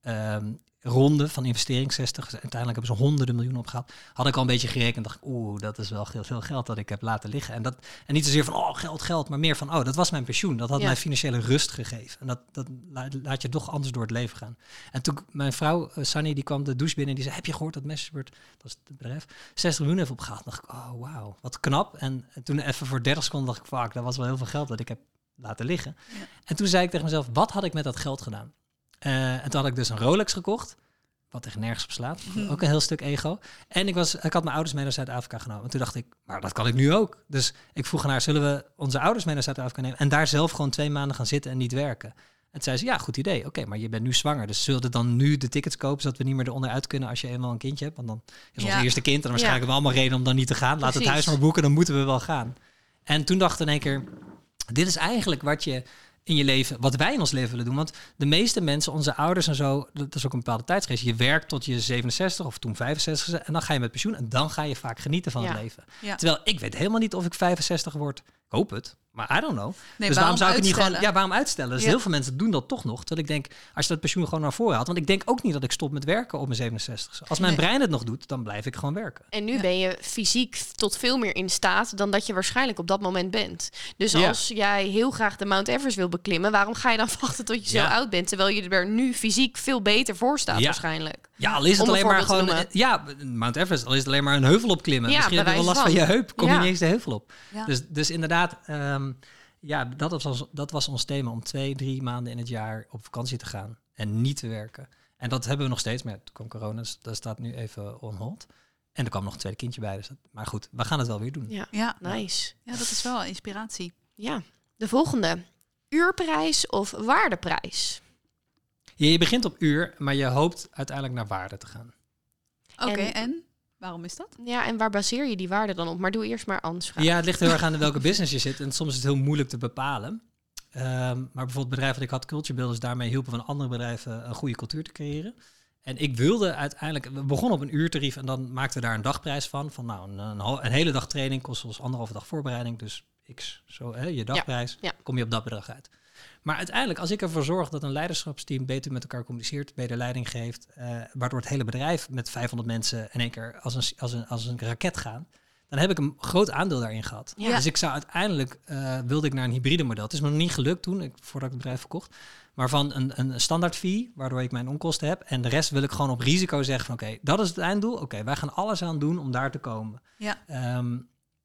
C: um, ronde van investering, zestig, uiteindelijk hebben ze honderden miljoenen opgehaald. Had ik al een beetje gerekend, dacht ik, oeh, dat is wel veel geld dat ik heb laten liggen. En, dat, en niet zozeer van, oh, geld, geld, maar meer van, oh, dat was mijn pensioen. Dat had
B: Ja.
C: mij financiële rust gegeven. En dat, dat laat, laat je toch anders door het leven gaan. En toen mijn vrouw, uh, Sunny, die kwam de douche binnen en die zei, heb je gehoord dat Messagebird, dat is het bedrijf, zestig miljoen heeft opgehaald? dacht ik, oh, wauw, wat knap. En, en toen even voor dertig seconden dacht ik, fuck, dat was wel heel veel geld dat ik heb laten liggen.
A: Ja.
C: En toen zei ik tegen mezelf, wat had ik met dat geld gedaan? Uh, en toen had ik dus een Rolex gekocht. Wat echt nergens op slaat.
A: Hmm.
C: Ook een heel stuk ego. En ik, was, ik had mijn ouders mee naar Zuid-Afrika genomen. En toen dacht ik, maar dat kan ik nu ook. Dus ik vroeg aan haar, zullen we onze ouders mee naar Zuid-Afrika nemen? En daar zelf gewoon twee maanden gaan zitten en niet werken. En toen zei ze, ja, goed idee. Oké, okay, maar je bent nu zwanger. Dus zullen we dan nu de tickets kopen, zodat we niet meer eronder uit kunnen als je eenmaal een kindje hebt? Want dan is ons
A: Ja.
C: eerste kind. En dan waarschijnlijk
B: Ja.
C: hebben we allemaal reden om dan niet te gaan. Laat
B: Precies.
C: het huis maar boeken, dan moeten we wel gaan. En toen dacht ik in één keer, dit is eigenlijk wat je in je leven, wat wij in ons leven willen doen. Want de meeste mensen, onze ouders en zo, dat is ook een bepaalde tijdsgeest. Je werkt tot je zevenenzestig of toen vijfenzestig en dan ga je met pensioen en dan ga je vaak genieten van
B: Ja.
C: het leven.
A: Ja.
C: Terwijl ik weet helemaal niet of ik vijfenzestig word. Ik hoop het, maar I don't know.
A: Nee,
C: dus waarom zou ik het niet gewoon...
A: uitstellen?
C: Ja, waarom uitstellen? Dus
A: Ja.
C: heel veel mensen doen dat toch nog. Terwijl ik denk, als je dat pensioen gewoon naar voren haalt. Want ik denk ook niet dat ik stop met werken op mijn zevenenzestigste. Als mijn
A: Nee.
C: brein het nog doet, dan blijf ik gewoon werken.
B: En nu
A: Ja.
B: ben je fysiek tot veel meer in staat dan dat je waarschijnlijk op dat moment bent. Dus
C: Ja.
B: als jij heel graag de Mount Everest wil beklimmen, waarom ga je dan wachten tot je zo
C: Ja.
B: oud bent, terwijl je er nu fysiek veel beter voor staat
C: Ja.
B: waarschijnlijk?
C: Ja, al is het
B: Om een
C: alleen maar
B: voorbeeld te
C: gewoon... Ja, Mount Everest, al is het alleen maar een heuvel opklimmen.
B: Ja,
C: Misschien heb
B: bij
C: je wel last
B: wijze
C: van
B: van.
C: je heup. Kom
B: Ja.
C: je niet eens de heuvel op.
A: Ja.
C: Dus, dus inderdaad, um, ja, dat was, ons, dat was ons thema. Om twee, drie maanden in het jaar op vakantie te gaan. En niet te werken. En dat hebben we nog steeds. Maar ja, toen kwam corona, dus dat staat nu even on hold. En er kwam nog een tweede kindje bij. Dus dat, maar goed, we gaan het wel weer doen.
B: Ja,
A: Ja.
B: nice.
A: Ja, dat is wel inspiratie.
B: Ja, de volgende. Uurprijs of waardeprijs?
C: Je, je begint op uur, maar je hoopt uiteindelijk naar waarde te gaan.
A: Oké,
B: En-
A: en? Waarom is dat?
B: Ja, en waar baseer je die waarde dan op? Maar doe eerst maar Ans vragen.
C: Ja, het ligt heel erg aan in welke business je zit. En soms is het heel moeilijk te bepalen. Um, maar bijvoorbeeld het bedrijf dat ik had, Culture Builders, daarmee hielpen we andere bedrijven een goede cultuur te creëren. En ik wilde uiteindelijk, we begonnen op een uurtarief en dan maakten we daar een dagprijs van. Van nou, een, een, een hele dag training kost ons anderhalve dag voorbereiding. Dus x, zo, hè, je dagprijs,
B: ja.
C: kom je op dat bedrag uit. Maar uiteindelijk, als ik ervoor zorg dat een leiderschapsteam beter met elkaar communiceert, beter leiding geeft, uh, waardoor het hele bedrijf met vijfhonderd mensen in één keer als een, als een, als een raket gaan, dan heb ik een groot aandeel daarin gehad.
B: Ja.
C: Dus ik zou uiteindelijk, uh, wilde ik naar een hybride model. Het is me nog niet gelukt toen, ik, voordat ik het bedrijf verkocht. Maar van een, een standaard fee, waardoor ik mijn onkosten heb. En de rest wil ik gewoon op risico zeggen van oké, okay, dat is het einddoel. Oké, okay, wij gaan alles aan doen om daar te komen.
A: Ja.
C: Um,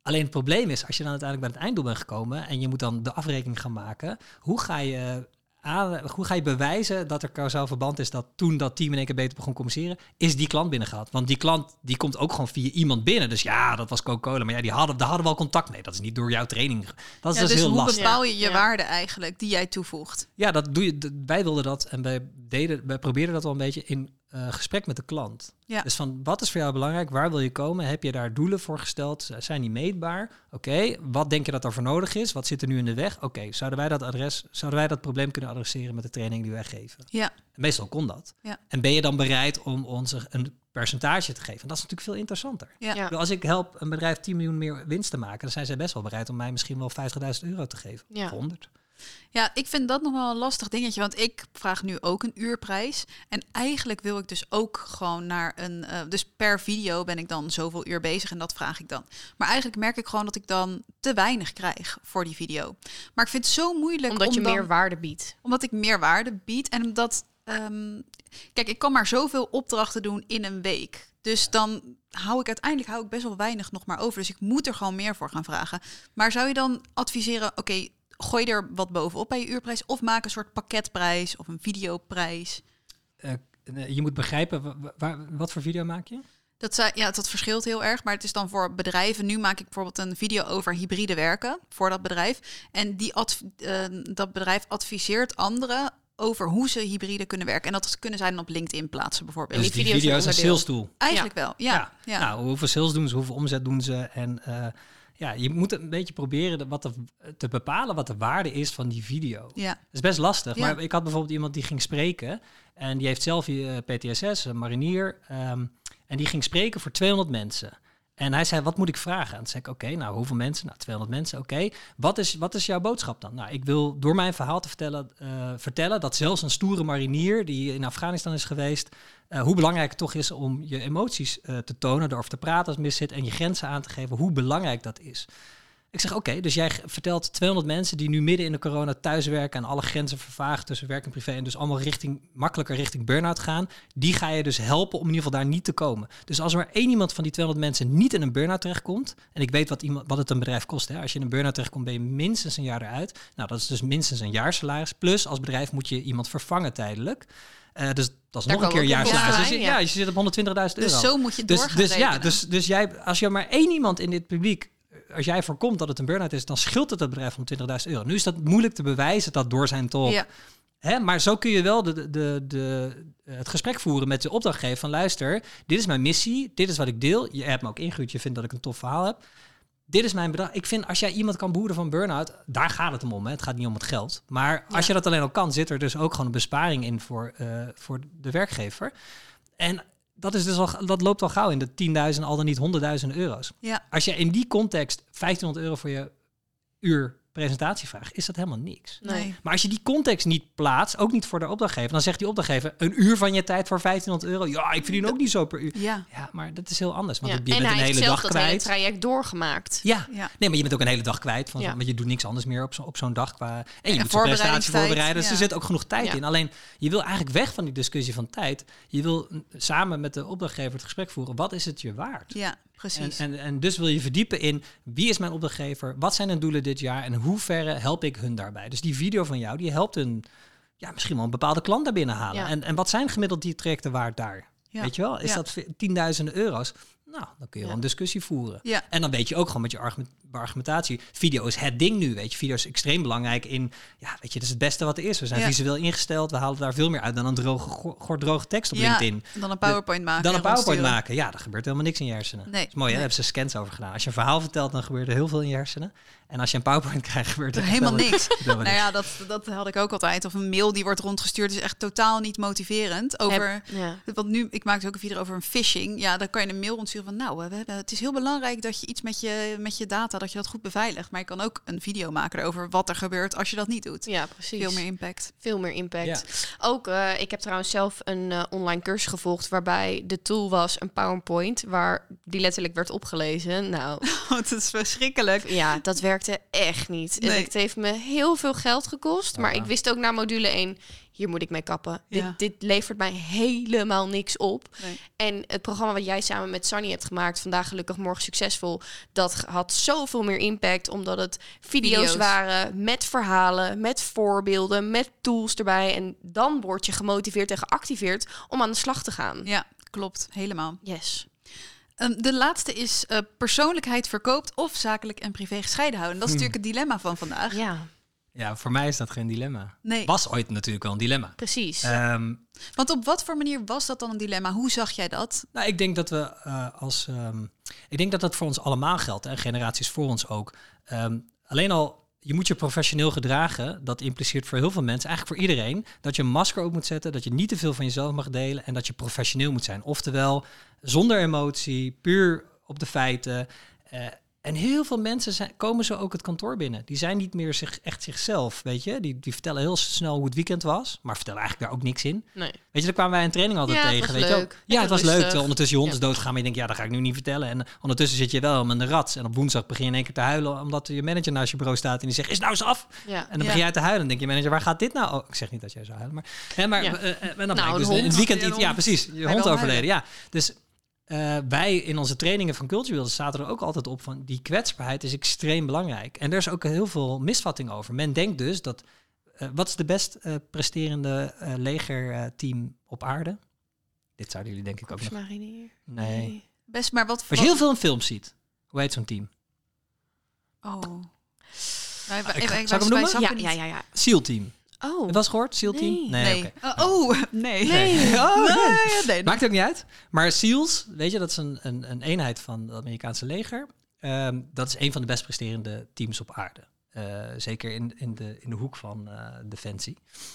C: Alleen het probleem is, als je dan uiteindelijk bij het einddoel bent gekomen en je moet dan de afrekening gaan maken, hoe ga je aan, hoe ga je bewijzen dat er causaal verband is dat toen dat team in één keer beter begon communiceren, is die klant binnengehaald? Want die klant die komt ook gewoon via iemand binnen. Dus ja, dat was Coca-Cola, maar ja, die hadden, daar hadden we al contact mee. Dat is niet door jouw training. Dat is
A: ja,
C: dus heel
A: hoe
C: lastig.
A: bepaal je je
B: Ja.
A: waarde eigenlijk die jij toevoegt?
C: Ja, dat doe je. d- Wij wilden dat en wij deden, wij probeerden dat wel een beetje in uh, gesprek met de klant.
A: Ja.
C: Dus van wat is voor jou belangrijk? Waar wil je komen? Heb je daar doelen voor gesteld? Zijn die meetbaar? Oké, okay, wat denk je dat er voor nodig is? Wat zit er nu in de weg? Oké, okay, zouden wij dat adres, zouden wij dat probleem kunnen adresseren met de training die wij geven?
A: Ja.
C: En meestal kon dat.
A: Ja.
C: En ben je dan bereid om ons een percentage te geven? En dat is natuurlijk veel interessanter.
A: Ja.
B: Ja.
C: Als ik help een bedrijf tien miljoen meer winst te maken, dan zijn zij best wel bereid om mij misschien wel vijftigduizend euro te geven.
B: Ja.
C: Of honderd.
A: Ja, ik vind dat nog wel een lastig dingetje, want ik vraag nu ook een uurprijs. En eigenlijk wil ik dus ook gewoon naar een... Uh, dus per video ben ik dan zoveel uur bezig en dat vraag ik dan. Maar eigenlijk merk ik gewoon dat ik dan te weinig krijg voor die video. Maar ik vind het zo moeilijk
B: Omdat
A: om
B: je
A: dan,
B: meer waarde biedt.
A: Omdat ik meer waarde bied en omdat... Um, kijk, ik kan maar zoveel opdrachten doen in een week. Dus dan hou ik uiteindelijk hou ik best wel weinig nog maar over. Dus ik moet er gewoon meer voor gaan vragen. Maar zou je dan adviseren, oké, okay, gooi er wat bovenop bij je uurprijs of maak een soort pakketprijs of een videoprijs?
C: Uh, je moet begrijpen, wa- wa- wat voor video maak je?
A: Dat, zei, ja, dat verschilt heel erg, maar het is dan voor bedrijven. Nu maak ik bijvoorbeeld een video over hybride werken voor dat bedrijf. En die adv- uh, dat bedrijf adviseert anderen over hoe ze hybride kunnen werken. En dat kunnen zij dan op LinkedIn plaatsen bijvoorbeeld.
C: Dus
B: die
C: die
B: video's
C: video is een
B: onderdeel.
C: sales tool.
A: Eigenlijk ja. wel, ja.
C: Ja.
A: ja.
C: Nou, hoeveel sales doen ze, hoeveel omzet doen ze? En uh, ja, je moet een beetje proberen de, wat de, te bepalen wat de waarde is van die video.
A: Ja.
C: Dat is best lastig.
A: Ja.
C: Maar ik had bijvoorbeeld iemand die ging spreken. En die heeft zelf uh, P T S S, een marinier. Um, en die ging spreken voor tweehonderd mensen. En hij zei, wat moet ik vragen? En toen zei ik, oké, okay, nou, hoeveel mensen? Nou, tweehonderd mensen, oké. Okay. Wat is, wat is jouw boodschap dan? Nou, ik wil door mijn verhaal te vertellen, uh, vertellen dat zelfs een stoere marinier die in Afghanistan is geweest, uh, hoe belangrijk het toch is om je emoties uh, te tonen, erover te praten als het mis zit en je grenzen aan te geven, hoe belangrijk dat is. Ik zeg, oké, okay, dus jij vertelt tweehonderd mensen die nu midden in de corona thuiswerken en alle grenzen vervagen tussen werk en privé en dus allemaal richting, makkelijker richting burn-out gaan. Die ga je dus helpen om in ieder geval daar niet te komen. Dus als er maar één iemand van die tweehonderd mensen niet in een burn-out terechtkomt, en ik weet wat, iemand, wat het een bedrijf kost, hè. Als je in een burn-out terechtkomt ben je minstens een jaar eruit. Nou, dat is dus minstens een jaarsalaris. Plus als bedrijf moet je iemand vervangen tijdelijk. Uh, dus dat is
B: Daar
C: nog een keer een jaarsalaris. Dus je,
B: ja.
C: ja, je zit op honderdtwintigduizend euro.
A: Dus zo moet je
C: dus,
A: doorgaan
C: dus,
A: rekenen.
C: ja, dus, dus jij, als je maar één iemand in dit publiek, als jij voorkomt dat het een burn-out is, dan scheelt het het bedrijf om twintigduizend euro. Nu is dat moeilijk te bewijzen, dat door zijn tolk.
A: Ja.
C: Hè, maar zo kun je wel de, de, de, de, het gesprek voeren met de opdrachtgever van luister, dit is mijn missie, dit is wat ik deel. Je hebt me ook ingehuurd, je vindt dat ik een tof verhaal heb. Dit is mijn bedrag. Ik vind, als jij iemand kan behoeden van burn-out, daar gaat het hem om. Hè. Het gaat niet om het geld. Maar als
B: Ja.
C: je dat alleen al kan, zit er dus ook gewoon een besparing in voor, uh, voor de werkgever. En dat, is dus al, dat loopt al gauw in de tienduizend, al dan niet honderdduizenden euro's.
A: Ja.
C: Als je in die context vijftienhonderd euro voor je uur presentatie vraagt, is dat helemaal niks.
A: Nee.
C: Maar als je die context niet plaatst, ook niet voor de opdrachtgever, dan zegt die opdrachtgever, een uur van je tijd voor vijftienhonderd euro. Ja, ik verdien ook niet zo per uur.
A: Ja.
C: Ja, maar dat is heel anders. Want
B: Ja.
C: je bent
B: En
C: een
B: hij heeft
C: hele
B: zelf
C: dag
B: dat hele
C: kwijt.
B: traject doorgemaakt.
C: Ja.
A: Ja.
C: Nee, maar je bent ook een hele dag kwijt. Van
B: Ja.
C: zo, want je doet niks anders meer op, zo, op zo'n dag. Qua, en je
A: En
C: moet zo'n presentatie
A: voorbereidingstijd,
C: voorbereiden. Dus
A: ja.
C: er zit ook genoeg tijd
B: Ja.
C: in. Alleen, je wil eigenlijk weg van die discussie van tijd. Je wil mm, samen met de opdrachtgever het gesprek voeren. Wat is het je waard?
A: Ja,
C: En,
A: precies.
C: en, en dus wil je verdiepen in wie is mijn opdrachtgever? Wat zijn hun doelen dit jaar? En hoe verre help ik hun daarbij? Dus die video van jou, die helpt hun ja, misschien wel een bepaalde klant daar binnen halen.
B: Ja.
C: En, en wat zijn gemiddeld die trajecten waard daar?
A: Ja.
C: Weet je wel? Is
A: Ja.
C: dat tienduizenden euro's? Nou, dan kun je
B: Ja.
C: wel een discussie voeren.
A: Ja.
C: En dan weet je ook gewoon met je argument, argumentatie. Video is het ding nu, weet je. Video is extreem belangrijk in, ja, weet je, dat is het beste wat er is. We zijn
A: Ja.
C: visueel ingesteld. We halen daar veel meer uit dan een droge, go- gordroge tekst op
A: Ja,
C: LinkedIn.
A: dan een PowerPoint maken.
C: Dan een
A: en
C: PowerPoint
A: rondsturen.
C: maken. Ja, er gebeurt helemaal niks in je hersenen.
A: Nee.
C: Dat is mooi, hè?
A: Nee.
C: Daar hebben ze scans over gedaan. Als je een verhaal vertelt, dan gebeurt er heel veel in je hersenen. En als je een PowerPoint krijgt, gebeurt er echt
A: Helemaal niks.
C: helemaal
A: Nou
C: niks.
A: ja, dat, dat had ik ook altijd. Of een mail die wordt rondgestuurd is echt totaal niet motiverend. Over,
B: Heb- ja.
A: want nu, ik maakte ook een video over een phishing. Ja, dan kan je een mail rondsturen van, nou, we hebben, het is heel belangrijk dat je iets met je, met je data, dat je dat goed beveiligt. Maar je kan ook een video maken over wat er gebeurt als je dat niet doet.
B: ja, precies.
A: Veel meer impact.
B: Veel meer impact.
C: Ja.
B: Ook, uh, ik heb trouwens zelf een uh, online cursus gevolgd waarbij de tool was een PowerPoint, waar die letterlijk werd opgelezen. Nou,
A: Oh, het is verschrikkelijk.
B: ja, dat werkte echt niet. En
A: Nee.
B: het heeft me heel veel geld gekost, maar
C: Ah.
B: ik wist ook na module één, hier moet ik mee kappen.
A: Ja.
B: Dit, dit levert mij helemaal niks op.
A: Nee.
B: En het programma wat jij samen met Sunny hebt gemaakt, Vandaag Gelukkig, Morgen Succesvol, dat had zoveel meer impact, omdat het video's,
A: Video's.
B: waren met verhalen, met voorbeelden, met tools erbij. En dan word je gemotiveerd en geactiveerd om aan de slag te gaan.
A: Ja, klopt. Helemaal.
B: Yes.
A: Um, de laatste is uh, persoonlijkheid verkoopt of zakelijk en privé gescheiden houden. Dat is
C: Hmm.
A: natuurlijk het dilemma van vandaag.
B: Ja,
C: Ja, voor mij is dat geen dilemma.
A: Nee,
C: Was ooit natuurlijk wel een dilemma.
B: precies.
C: Ehm,
A: want op wat voor manier was dat dan een dilemma? Hoe zag jij dat?
C: Nou, ik denk dat we uh, als. Um, ik denk dat dat voor ons allemaal geldt en generaties voor ons ook. Um, alleen al, je moet je professioneel gedragen. Dat impliceert voor heel veel mensen, eigenlijk voor iedereen, dat je een masker op moet zetten, dat je niet te veel van jezelf mag delen en dat je professioneel moet zijn. Oftewel, zonder emotie, puur op de feiten. Uh, En heel veel mensen zijn, komen zo ook het kantoor binnen. Die zijn niet meer zich, echt zichzelf, weet je. Die, die vertellen heel snel hoe het weekend was, maar vertellen eigenlijk daar ook niks in.
B: Nee.
C: Weet je, daar kwamen wij in training altijd
B: Ja, het
C: tegen.
B: was
C: weet je wel.
B: leuk.
C: Ja, het was
B: Lekker
C: leuk.
B: rustig.
C: Terwijl ondertussen je hond is
B: Ja.
C: doodgaan, maar je denkt, ja, dat ga ik nu niet vertellen. En ondertussen zit je wel met de rats. En op woensdag begin je in één keer te huilen, omdat je manager naast je bureau staat en die zegt, is nou eens af?
B: Ja.
C: En dan
A: Ja.
C: begin jij te huilen. En denk je manager, waar gaat dit nou? Oh, ik zeg niet dat jij zou huilen, maar... Hè, maar
B: Ja.
C: uh, uh, en dan
B: Nou,
C: blijkt
B: een
C: dus
B: hond.
C: in het weekend
A: Ja, een
C: iets... Ja,
A: hond.
C: precies. Je
A: Hij
C: hond
A: wil
C: overleden,
A: huilen.
C: ja. Dus... Uh, wij in onze trainingen van Culture Builders zaten er ook altijd op van die kwetsbaarheid is extreem belangrijk. En er is ook heel veel misvatting over. Men denkt dus dat, uh, wat is de best uh, presterende uh, legerteam op aarde? Dit zouden jullie denk ik ook nog...
B: Korpsmarinier?
C: Nee.
A: Best, maar wat...
C: Als je heel veel in films ziet, hoe heet zo'n team?
A: Oh. Wij, wij,
C: ik ga-
A: wij,
C: zal ik hem
A: wij
C: noemen?
A: snappen
B: Ja,
A: niet.
B: ja, ja, ja.
C: SEAL Team.
B: Oh.
C: Heb je wel eens gehoord? SEAL Team?
B: Nee.
A: Nee.
C: oké.
A: Uh, oh, nee.
B: Nee.
C: Oh,
A: nee,
C: nee.
A: nee.
C: Maakt ook niet uit. Maar SEALs, weet je, dat is een, een, een eenheid van het Amerikaanse leger. Um, dat is een van de best presterende teams op aarde. Uh, zeker in, in, de, in de hoek van uh, defensie.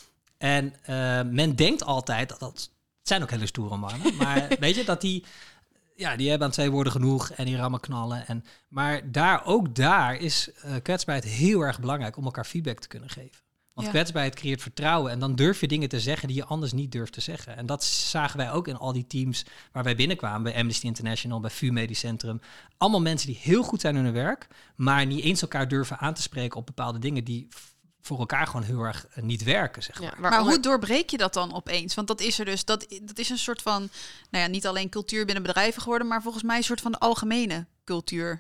C: En uh, men denkt altijd, dat, dat het zijn ook hele stoere mannen, maar weet je, dat die, ja, die hebben aan twee woorden genoeg en die rammen knallen. En, maar daar, ook daar is uh, kwetsbaarheid heel erg belangrijk om elkaar feedback te kunnen geven. Want
A: Ja.
C: kwetsbaarheid creëert vertrouwen en dan durf je dingen te zeggen die je anders niet durft te zeggen. En dat zagen wij ook in al die teams waar wij binnenkwamen, bij Amnesty International, bij V U Medisch Centrum. Allemaal mensen die heel goed zijn in hun werk, maar niet eens elkaar durven aan te spreken op bepaalde dingen die f- voor elkaar gewoon heel erg uh, niet werken, zeg maar.
B: Ja,
A: Maar
B: waaronder-
A: hoe doorbreek je dat dan opeens? Want dat is er dus, dat, dat is een soort van, nou ja, niet alleen cultuur binnen bedrijven geworden, maar volgens mij een soort van de algemene cultuur.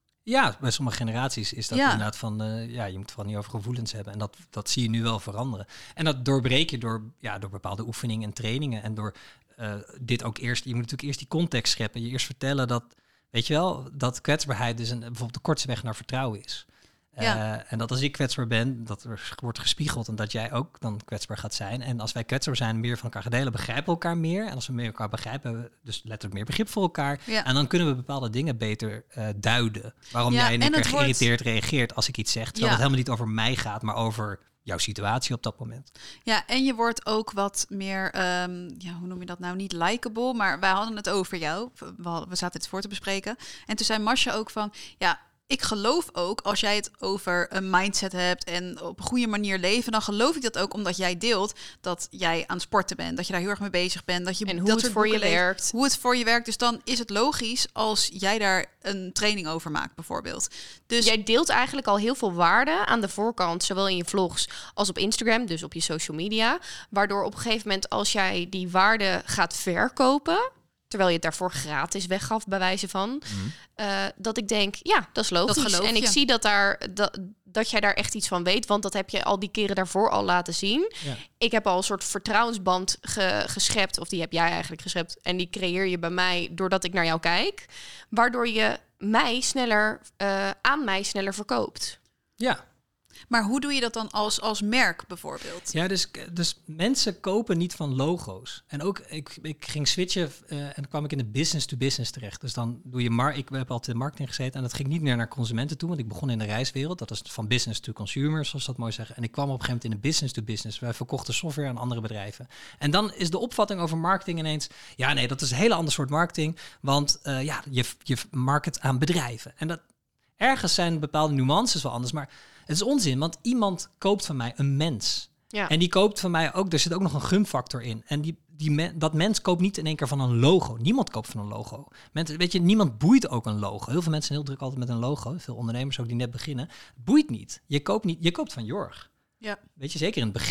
C: Ja, bij sommige generaties is dat
A: Ja.
C: inderdaad van, uh, ja, je moet het vooral niet over gevoelens hebben. En dat, dat zie je nu wel veranderen. En dat doorbreek je door, ja, door bepaalde oefeningen en trainingen. En door uh, dit ook eerst, je moet natuurlijk eerst die context scheppen. Je eerst vertellen dat, weet je wel, dat kwetsbaarheid dus een, bijvoorbeeld de kortste weg naar vertrouwen is.
A: Ja.
C: Uh, en dat als ik kwetsbaar ben, dat er wordt gespiegeld en dat jij ook dan kwetsbaar gaat zijn. En als wij kwetsbaar zijn, meer van elkaar gaan delen, begrijpen we elkaar meer. En als we meer elkaar begrijpen, hebben we dus letterlijk meer begrip voor elkaar.
A: Ja.
C: En dan kunnen we bepaalde dingen beter uh, duiden. Waarom
A: Ja,
C: jij in één
A: en
C: keer
A: het wordt-
C: geïrriteerd reageert als ik iets zeg. Terwijl
A: Ja.
C: het helemaal niet over mij gaat, maar over jouw situatie op dat moment.
A: Ja, en je wordt ook wat meer, ehm, ja, hoe noem je dat nou, niet likable, maar wij hadden het over jou. We, hadden, we zaten het voor te bespreken. En toen zei Masha ook van, ja, ik geloof ook, als jij het over een mindset hebt en op een goede manier leven, dan geloof ik dat ook omdat jij deelt dat jij aan het sporten bent, dat je daar heel erg mee bezig bent, dat je
B: En hoe
A: dat
B: het
A: soort
B: voor je
A: boeken leest,
B: werkt.
A: hoe het voor je werkt. Dus dan is het logisch als jij daar een training over maakt, bijvoorbeeld. Dus
B: Jij deelt eigenlijk al heel veel waarde aan de voorkant, zowel in je vlogs als op Instagram, dus op je social media. Waardoor op een gegeven moment, als jij die waarde gaat verkopen, terwijl je het daarvoor gratis weggaf, bij wijze van,
C: Mm.
B: uh, dat ik denk, ja, dat is logisch.
A: Dat geloof
B: en ik
A: je.
B: zie dat, daar, dat, dat jij daar echt iets van weet, want dat heb je al die keren daarvoor al laten zien.
C: Ja.
B: Ik heb al een soort vertrouwensband ge, geschept, of die heb jij eigenlijk geschept. En die creëer je bij mij doordat ik naar jou kijk. Waardoor je mij sneller, uh, aan mij sneller verkoopt.
C: Ja.
A: maar hoe doe je dat dan als, als merk bijvoorbeeld?
C: Ja, dus, dus mensen kopen niet van logo's. En ook, ik, ik ging switchen uh, en dan kwam ik in de business-to-business terecht. Dus dan doe je, mar ik heb altijd in marketing gezeten en dat ging niet meer naar consumenten toe, want ik begon in de reiswereld. Dat is van business to consumer, zoals dat mooi zeggen. En ik kwam op een gegeven moment in de business-to-business. Wij verkochten software aan andere bedrijven. En dan is de opvatting over marketing ineens, ja nee, dat is een hele ander soort marketing, want uh, ja, je, je market aan bedrijven. En dat, ergens zijn bepaalde nuances wel anders, maar het is onzin, want iemand koopt van mij een mens.
B: Ja.
C: En die koopt van mij ook, er zit ook nog een gunfactor in. En die, die me, dat mens koopt niet in één keer van een logo. Niemand koopt van een logo. Mensen, weet je, niemand boeit ook een logo. Heel veel mensen zijn heel druk altijd met een logo. Veel ondernemers ook die net beginnen. Het boeit niet. Je koopt, niet, je koopt van Jorg.
A: Ja.
C: Weet je, zeker in het begin.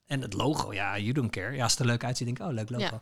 C: En het logo, ja, you don't care. Ja, als het er leuk uitziet, denk ik, oh, leuk logo.
B: Ja.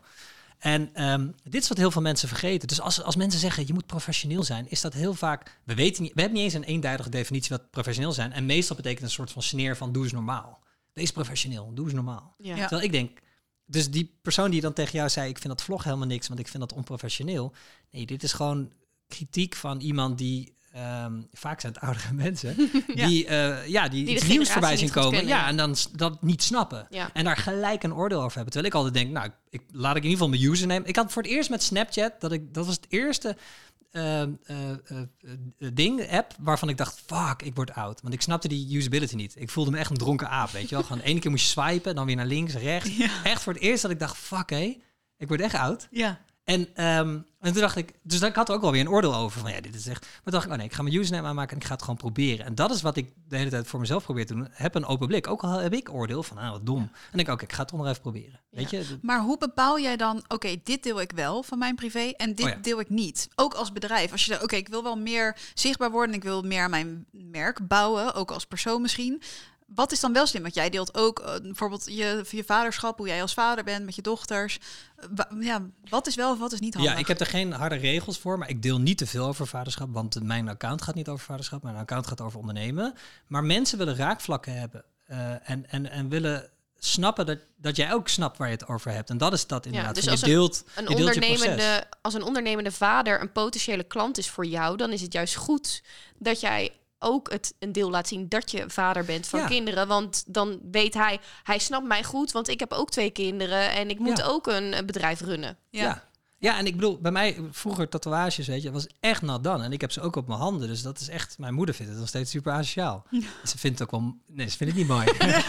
C: En um, dit is wat heel veel mensen vergeten. Dus als, als mensen zeggen, je moet professioneel zijn, is dat heel vaak... We weten niet, we hebben niet eens een eenduidige definitie wat professioneel zijn. En meestal betekent een soort van sneer van, doe eens normaal. Wees professioneel, doe eens normaal.
B: Ja.
A: Ja.
C: Terwijl ik denk, dus die persoon die dan tegen jou zei, ik vind dat vlog helemaal niks, want ik vind dat onprofessioneel. Nee, dit is gewoon kritiek van iemand die... Um, vaak zijn het oudere mensen
A: Ja.
C: die, uh, ja, die,
B: Die
C: iets
B: de
C: nieuws
B: generatie
C: voorbij zien
B: niet goed
C: komen.
B: kennen.
C: Ja, en dan s- dat niet snappen.
B: Ja.
C: En daar gelijk een oordeel over hebben. Terwijl ik altijd denk, nou, ik, laat ik in ieder geval mijn username. Ik had voor het eerst met Snapchat, dat, ik, dat was het eerste uh, uh, uh, uh, ding, app, waarvan ik dacht, fuck, ik word oud. Want ik snapte die usability niet. Ik voelde me echt een dronken aap, weet je wel. Gewoon één keer moest je swipen, dan weer naar links, rechts.
A: Ja.
C: Echt voor het eerst dat ik dacht, fuck hé, ik word echt oud.
A: Ja.
C: En, um, en toen dacht ik, dus ik had er ook wel weer een oordeel over van ja, dit is echt. Maar toen dacht ik, oh nee, ik ga mijn username aanmaken en ik ga het gewoon proberen. En dat is wat ik de hele tijd voor mezelf probeer te doen. Heb een open blik. Ook al heb ik oordeel van, ah, wat dom. En denk ik, oké, ik ga het toch nog even proberen. Weet
B: Ja.
C: je? Dat-
A: Maar hoe bepaal jij dan, oké, okay, dit deel ik wel van mijn privé en dit
C: Oh ja.
A: deel ik niet? Ook als bedrijf. Als je zegt, oké, okay, ik wil wel meer zichtbaar worden, ik wil meer aan mijn merk bouwen, ook als persoon misschien. Wat is dan wel slim? Want jij deelt ook uh, bijvoorbeeld je, je vaderschap, hoe jij als vader bent met je dochters. Uh, wa- ja, wat is wel of wat is niet handig?
C: Ja, ik heb er geen harde regels voor, maar ik deel niet te veel over vaderschap, want mijn account gaat niet over vaderschap, mijn account gaat over ondernemen. Maar mensen willen raakvlakken hebben uh, en, en, en willen snappen dat, dat jij ook snapt waar je het over hebt. En dat is dat inderdaad.
B: dus
C: Van,
B: als
C: je
B: een-
C: deelt,
B: Een
C: je deelt je proces.
B: ondernemende, als een ondernemende vader een potentiële klant is voor jou, dan is het juist goed dat jij ook het een deel laat zien dat je vader bent van
C: Ja.
B: kinderen. Want dan weet hij, hij snapt mij goed, want ik heb ook twee kinderen en ik moet
C: Ja.
B: ook een, een bedrijf runnen.
A: Ja.
C: Ja. Ja, en ik bedoel, bij mij vroeger tatoeages, weet je, was echt nat dan. En ik heb ze ook op mijn handen, dus dat is echt... Mijn moeder vindt het nog steeds super asociaal. Ze vindt het ook wel... Nee, ze vindt het niet mooi.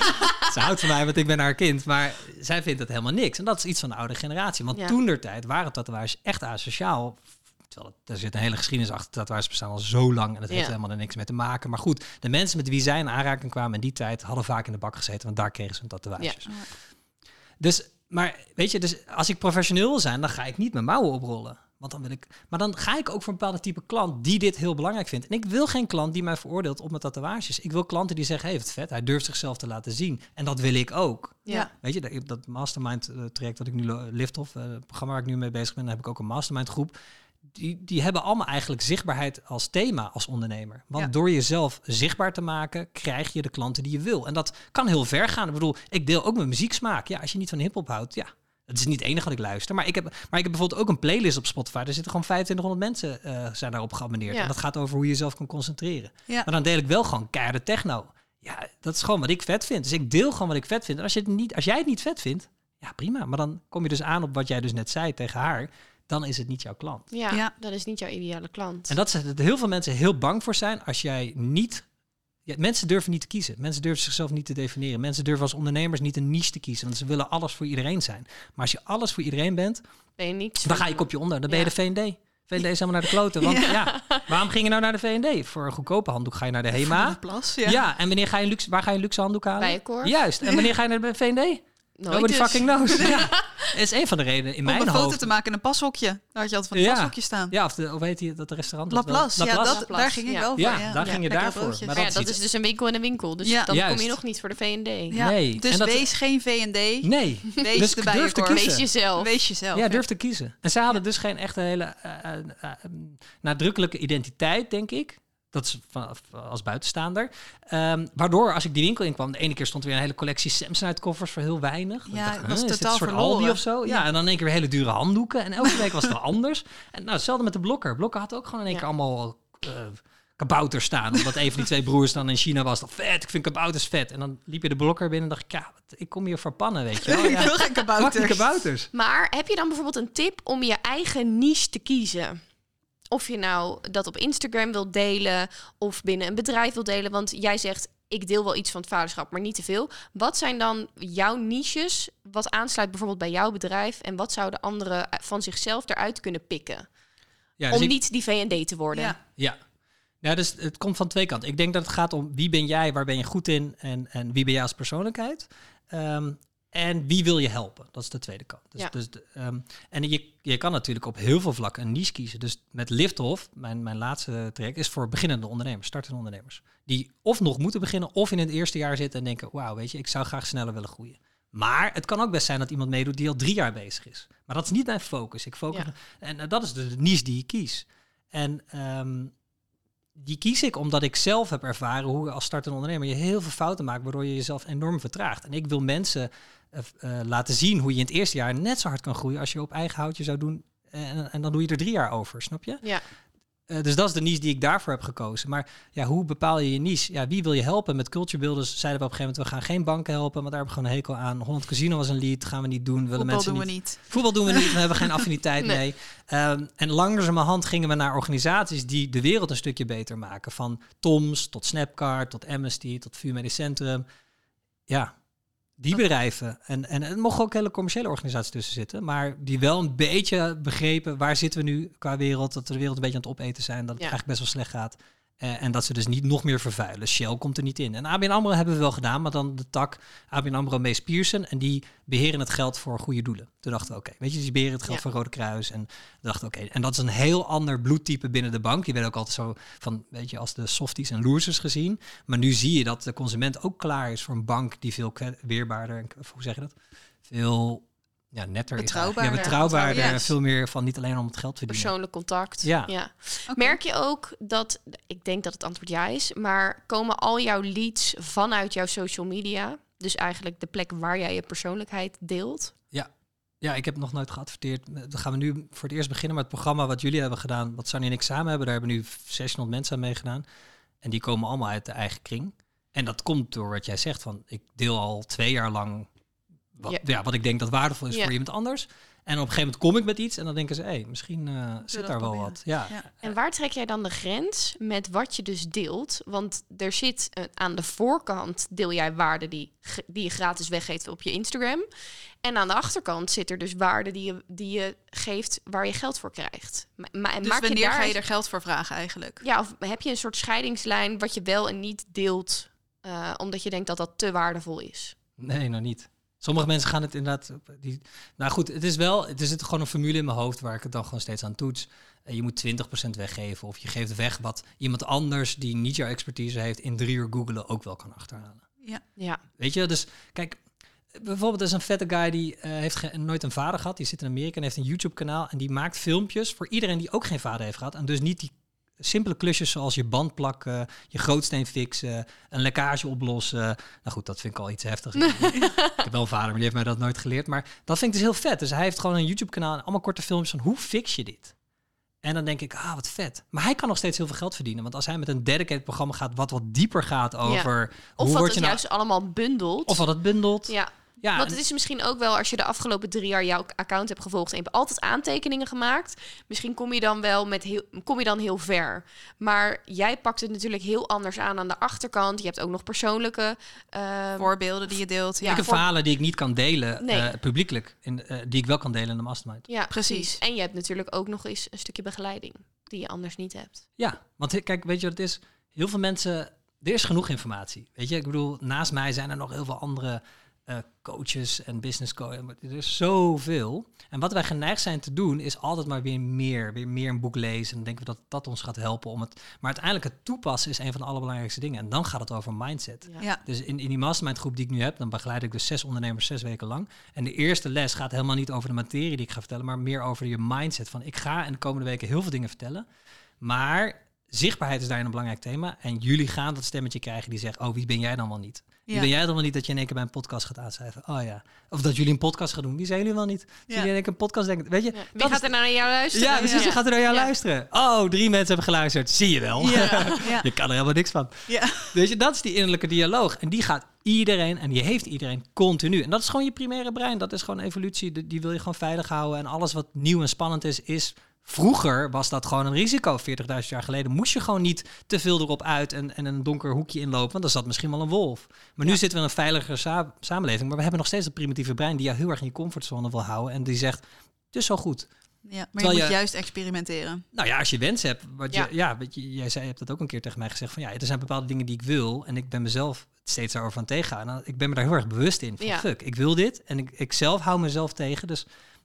C: Ze houdt van mij, want ik ben haar kind. Maar zij vindt het helemaal niks. En dat is iets van de oude generatie. Want
B: Ja.
C: toentertijd waren tatoeages echt asociaal. Terwijl het, er zit een hele geschiedenis achter. Tatoeages bestaan al zo lang en dat heeft
B: Ja.
C: helemaal er niks mee te maken. Maar goed, de mensen met wie zij in aanraking kwamen in die tijd... hadden vaak in de bak gezeten, want daar kregen ze hun tatoeages.
B: Ja.
C: Dus, maar weet je, dus als ik professioneel wil zijn, dan ga ik niet mijn mouwen oprollen. Want dan wil ik, maar dan ga ik ook voor een bepaalde type klant die dit heel belangrijk vindt. En ik wil geen klant die mij veroordeelt op mijn tatoeages. Ik wil klanten die zeggen, hey, wat vet, hij durft zichzelf te laten zien. En dat wil ik ook.
B: Ja.
C: Weet je, dat, dat mastermind uh, traject dat ik nu lo- Liftoff, uh, het programma waar ik nu mee bezig ben, daar heb ik ook een mastermind groep. Die, die hebben allemaal eigenlijk zichtbaarheid als thema als ondernemer. Want
A: Ja.
C: door jezelf zichtbaar te maken, krijg je de klanten die je wil. En dat kan heel ver gaan. Ik bedoel, ik deel ook mijn muzieksmaak. Ja, als je niet van hiphop houdt, ja. Het is niet het enige wat ik luister. Maar ik heb, maar ik heb bijvoorbeeld ook een playlist op Spotify. Er zitten gewoon vijfentwintighonderd mensen uh, zijn daarop geabonneerd.
B: Ja.
C: En dat gaat over hoe je jezelf kan concentreren.
A: Ja.
C: Maar dan deel ik wel gewoon keiharde techno. Ja, dat is gewoon wat ik vet vind. Dus ik deel gewoon wat ik vet vind. En als, je het niet, als jij het niet vet vindt, ja prima. Maar dan kom je dus aan op wat jij dus net zei tegen haar. Dan is het niet jouw klant.
B: Ja,
A: Ja.
B: dat is niet jouw ideale klant.
C: En dat is dat heel veel mensen heel bang voor zijn als jij niet... Ja, mensen durven niet te kiezen. Mensen durven zichzelf niet te definiëren. Mensen durven als ondernemers niet een niche te kiezen. Want ze willen alles voor iedereen zijn. Maar als je alles voor iedereen bent,
B: Ben je niet
C: dan ga je kopje onder. Dan ben je
B: Ja.
C: de V en D. V en D is helemaal naar de kloten. Want ja. waarom ging je nou naar de V en D? Voor een goedkope handdoek ga je naar de HEMA.
A: De plas,
C: Ja.
A: ja.
C: en wanneer ga je een luxe, waar ga je een luxe handdoek halen?
B: Bijenkorf.
C: Juist. En wanneer ga je naar de V en D?
B: Nooit
C: Nobody
B: dus.
C: fucking knows. Ja. Dat is een van de redenen in
A: Om
C: mijn
A: een foto
C: hoofd.
A: te maken in een pashokje. Daar had je altijd van het
C: Ja.
A: pashokje staan.
C: Ja, of de, hoe heet die, dat de restaurant?
A: La
C: dat wel?
A: Place, ja,
C: Place.
A: dat,
B: La
A: daar
B: Place,
A: ging ik
B: ja.
A: wel voor.
C: Ja,
A: Ja,
C: daar ging je
A: lekkere
C: daarvoor.
A: broodjes.
C: Maar
B: Maar ja,
C: dat
B: dat
C: ziet
B: is dus een winkel en een winkel. Dus
A: Ja.
B: dan
C: Juist.
B: kom je nog niet voor de V en D.
A: Ja,
C: Nee,
A: dus
C: en dat-
A: wees geen V en D.
C: Nee.
A: Wees
C: Dus
A: de
C: durf te
A: bijenkorf.
C: kiezen.
B: Wees jezelf.
A: Wees jezelf.
C: Ja, durf te kiezen. En zij hadden dus geen echt een hele uh, uh, uh, nadrukkelijke identiteit, denk ik. Dat is van, als buitenstaander. Um, waardoor, als ik die winkel inkwam, de ene keer stond er weer een hele collectie Samsonite-koffers voor heel weinig.
A: Ja,
C: Ik
A: het was
C: huh, is dit
A: totaal
C: een soort
A: verloren.
C: Aldi of zo? Ja,
A: Ja.
C: en dan in één keer weer hele dure handdoeken. En elke week was het wel anders. En nou, hetzelfde met de Blokker. Blokker had ook gewoon in één
B: Ja.
C: keer allemaal uh, kabouters staan. Omdat een van die twee broers dan in China was. Dat vet, ik vind kabouters vet. En dan liep je de Blokker binnen en dacht ik, ja, wat, ik kom hier voor pannen, weet je wel.
A: Ik
C: Ja.
A: wil geen
C: Fuck die
A: kabouters.
C: kabouters.
B: Maar heb je dan bijvoorbeeld een tip om je eigen niche te kiezen? Of je nou dat op Instagram wilt delen of binnen een bedrijf wilt delen. Want jij zegt, ik deel wel iets van het vaderschap, maar niet te veel. Wat zijn dan jouw niches, wat aansluit bijvoorbeeld bij jouw bedrijf? En wat zouden anderen van zichzelf eruit kunnen pikken?
C: Ja, dus
B: om
C: ik-
B: niet die V en D te worden.
A: Ja.
C: Ja. Ja, dus het komt van twee kanten. Ik denk dat het gaat om wie ben jij, waar ben je goed in en, en wie ben jij als persoonlijkheid. Um, en wie wil je helpen? Dat is de tweede kant. Dus,
B: Ja.
C: dus de, um, en je, je kan natuurlijk op heel veel vlakken een niche kiezen. Dus met Liftoff, mijn, mijn laatste traject, is voor beginnende ondernemers, startende ondernemers. Die of nog moeten beginnen of in het eerste jaar zitten en denken, wauw, weet je, ik zou graag sneller willen groeien. Maar het kan ook best zijn dat iemand meedoet die al drie jaar bezig is. Maar dat is niet mijn focus. Ik focus
B: Ja.
C: En uh, dat is dus de niche die ik kies. En um, die kies ik omdat ik zelf heb ervaren hoe als startende ondernemer je heel veel fouten maakt, waardoor je jezelf enorm vertraagt. En ik wil mensen uh, uh, laten zien hoe je in het eerste jaar net zo hard kan groeien als je op eigen houtje zou doen. En, en dan doe je er drie jaar over, snap je?
B: Ja.
C: Uh, dus dat is de niche die ik daarvoor heb gekozen. Maar ja, hoe bepaal je je niche? Ja, wie wil je helpen? Met Culture Builders zeiden we op een gegeven moment, we gaan geen banken helpen, want daar hebben we gewoon een hekel aan. Holland Casino was een lead, gaan we niet doen. Willen
A: Voetbal
C: mensen
A: doen
C: niet.
A: we niet.
C: Voetbal doen we niet, we hebben geen affiniteit
B: Nee.
C: mee. Um, en langzamerhand gingen we naar organisaties die de wereld een stukje beter maken. Van Toms tot Snapcard, tot Amnesty, tot V U Medisch Centrum. Ja, die bedrijven. En, en er mogen ook hele commerciële organisaties tussen zitten, maar die wel een beetje begrepen waar zitten we nu qua wereld, dat we de wereld een beetje aan het opeten zijn, dat het
B: Ja.
C: eigenlijk best wel slecht gaat. Uh, en dat ze dus niet nog meer vervuilen. Shell komt er niet in. En A B N AMRO hebben we wel gedaan, maar dan de tak A B N AMRO Mees Pierson. En die beheren het geld voor goede doelen. Toen dachten we, oké, okay, weet je, die beheren het geld
B: Ja.
C: voor Rode Kruis. En dachten we, oké, okay, en dat is een heel ander bloedtype binnen de bank. Die werden ook altijd zo van, weet je, als de softies en losers gezien. Maar nu zie je dat de consument ook klaar is voor een bank die veel kwe- weerbaarder, of hoe zeg je dat? Veel... Ja, netter
A: Betrouwbaarder.
C: is. Ja, betrouwbaarder.
A: Yes.
C: Veel meer van niet alleen om het geld te verdienen.
B: Persoonlijk contact.
C: Ja.
B: ja.
A: Okay.
B: Merk je ook dat, ik denk dat het antwoord ja is, maar komen al jouw leads vanuit jouw social media? Dus eigenlijk de plek waar jij je persoonlijkheid deelt?
C: Ja, ik heb nog nooit geadverteerd. Dan gaan we nu voor het eerst beginnen met het programma wat jullie hebben gedaan, wat Sanne en ik samen hebben. Daar hebben nu zeshonderd mensen aan meegedaan. En die komen allemaal uit de eigen kring. En dat komt door wat jij zegt, van ik deel al twee jaar lang wat,
B: Ja.
C: ja, wat ik denk dat waardevol is
B: Ja.
C: voor iemand anders. En op een gegeven moment kom ik met iets en dan denken ze, hé, hey, misschien uh, zit
A: dat
C: daar wel
A: proberen?
C: wat. Ja.
A: Ja.
B: En waar trek jij dan de grens met wat je dus deelt? Want er zit uh, aan de voorkant deel jij waarde die, die je gratis weggeeft op je Instagram. En aan de achterkant zit er dus waarde die je, die je geeft waar je geld voor krijgt. Ma- ma- en
A: Dus
B: maak je
A: wanneer
B: daar,
A: ga je er geld voor vragen eigenlijk?
B: Ja, of heb je een soort scheidingslijn wat je wel en niet deelt, uh, omdat je denkt dat dat te waardevol is?
C: Nee, nog niet. Sommige mensen gaan het inderdaad... Die, nou goed, het is wel... Er zit gewoon een formule in mijn hoofd waar ik het dan gewoon steeds aan toets. En je moet twintig procent weggeven. Of je geeft weg wat iemand anders die niet jouw expertise heeft in drie uur googelen ook wel kan achterhalen.
A: Ja.
B: Ja.
C: Weet je, dus kijk... Bijvoorbeeld er is een vette guy die uh, heeft ge- nooit een vader gehad. Die zit in Amerika en heeft een YouTube kanaal. En die maakt filmpjes voor iedereen die ook geen vader heeft gehad. En dus niet die simpele klusjes zoals je band plakken, je grootsteen fixen, een lekkage oplossen. Nou goed, dat vind ik al iets heftig. Ik heb wel een vader, maar die heeft mij dat nooit geleerd. Maar dat vind ik dus heel vet. Dus hij heeft gewoon een YouTube kanaal en allemaal korte filmpjes van hoe fix je dit? En dan denk ik, ah, wat vet. Maar hij kan nog steeds heel veel geld verdienen. Want als hij met een dedicated programma gaat wat wat dieper gaat over...
B: Ja.
C: Hoe
B: Of wat
C: word
B: het
C: je nou,
B: juist allemaal bundelt.
C: of wat het bundelt.
B: Ja.
C: Ja,
B: Want
C: en-
B: het is misschien ook wel, als je de afgelopen drie jaar jouw account hebt gevolgd en je hebt altijd aantekeningen gemaakt, misschien kom je dan wel met heel, kom je dan heel ver. Maar jij pakt het natuurlijk heel anders aan aan de achterkant. Je hebt ook nog persoonlijke uh,
A: Voorbeelden die je deelt.
B: Ja,
A: Ja,
C: ik heb
B: voor-
C: verhalen die ik niet kan delen,
B: Nee.
C: uh, publiekelijk, in, uh, die ik wel kan delen in de mastermind.
B: Ja,
A: Precies.
B: precies. En je hebt natuurlijk ook nog eens een stukje begeleiding die je anders niet hebt.
C: Ja, want he- kijk, weet je wat het is? Heel veel mensen, er is genoeg informatie. Weet je, ik bedoel, naast mij zijn er nog heel veel andere uh, coaches en business coaches. Er is zoveel. En wat wij geneigd zijn te doen, is altijd maar weer meer, weer meer een boek lezen. En dan denken we dat dat ons gaat helpen om het. Maar uiteindelijk het toepassen is een van de allerbelangrijkste dingen. En dan gaat het over mindset.
B: Ja.
A: Ja.
C: Dus in, in die mastermind groep die ik nu heb, dan begeleid ik dus zes ondernemers zes weken lang. En de eerste les gaat helemaal niet over de materie die ik ga vertellen, maar meer over je mindset. Van ik ga in de komende weken heel veel dingen vertellen, maar zichtbaarheid is daarin een belangrijk thema. En jullie gaan dat stemmetje krijgen die zegt, oh, wie ben jij dan wel niet? Wie
A: Ja.
C: ben jij dan wel niet dat je in één keer bij een podcast gaat aanschrijven? Oh ja. Of dat jullie een podcast gaan doen. Wie zijn jullie wel niet? Dat
A: Ja.
C: jullie in één keer een podcast denken. Weet je?
B: Ja. Wie
C: dat
B: gaat
C: is-
B: er nou naar jou luisteren?
C: Ja, precies.
B: Ja.
C: Je gaat er naar jou
B: Ja.
C: luisteren. Oh, drie mensen hebben geluisterd. Zie je wel.
A: Ja. Ja.
C: Je kan er helemaal niks van.
A: Ja.
C: Weet je, dat is die innerlijke dialoog. En die gaat iedereen, en die heeft iedereen continu. En dat is gewoon je primaire brein. Dat is gewoon evolutie. Die, die wil je gewoon veilig houden. En alles wat nieuw en spannend is, is... Vroeger was dat gewoon een risico. veertigduizend jaar geleden moest je gewoon niet te veel erop uit en, en een donker hoekje inlopen. Want dan zat misschien wel een wolf. Maar nu
B: Ja.
C: zitten we in een veiligere sa- samenleving. Maar we hebben nog steeds dat primitieve brein die jou heel erg in je comfortzone wil houden. En die zegt, het is zo goed.
A: Ja. Maar
C: Terwijl
A: je moet
C: je-
A: juist experimenteren.
C: Nou ja, als je wens hebt. Wat
B: Ja.
C: je, ja, weet je, jij zei, je hebt dat ook een keer tegen mij gezegd. Van ja, er zijn bepaalde dingen die ik wil. En ik ben mezelf steeds daarover aan tegengaan. En ik ben me daar heel erg bewust in. Van,
B: Ja.
C: fuck, ik wil dit. En ik, ik zelf hou mezelf tegen. Dus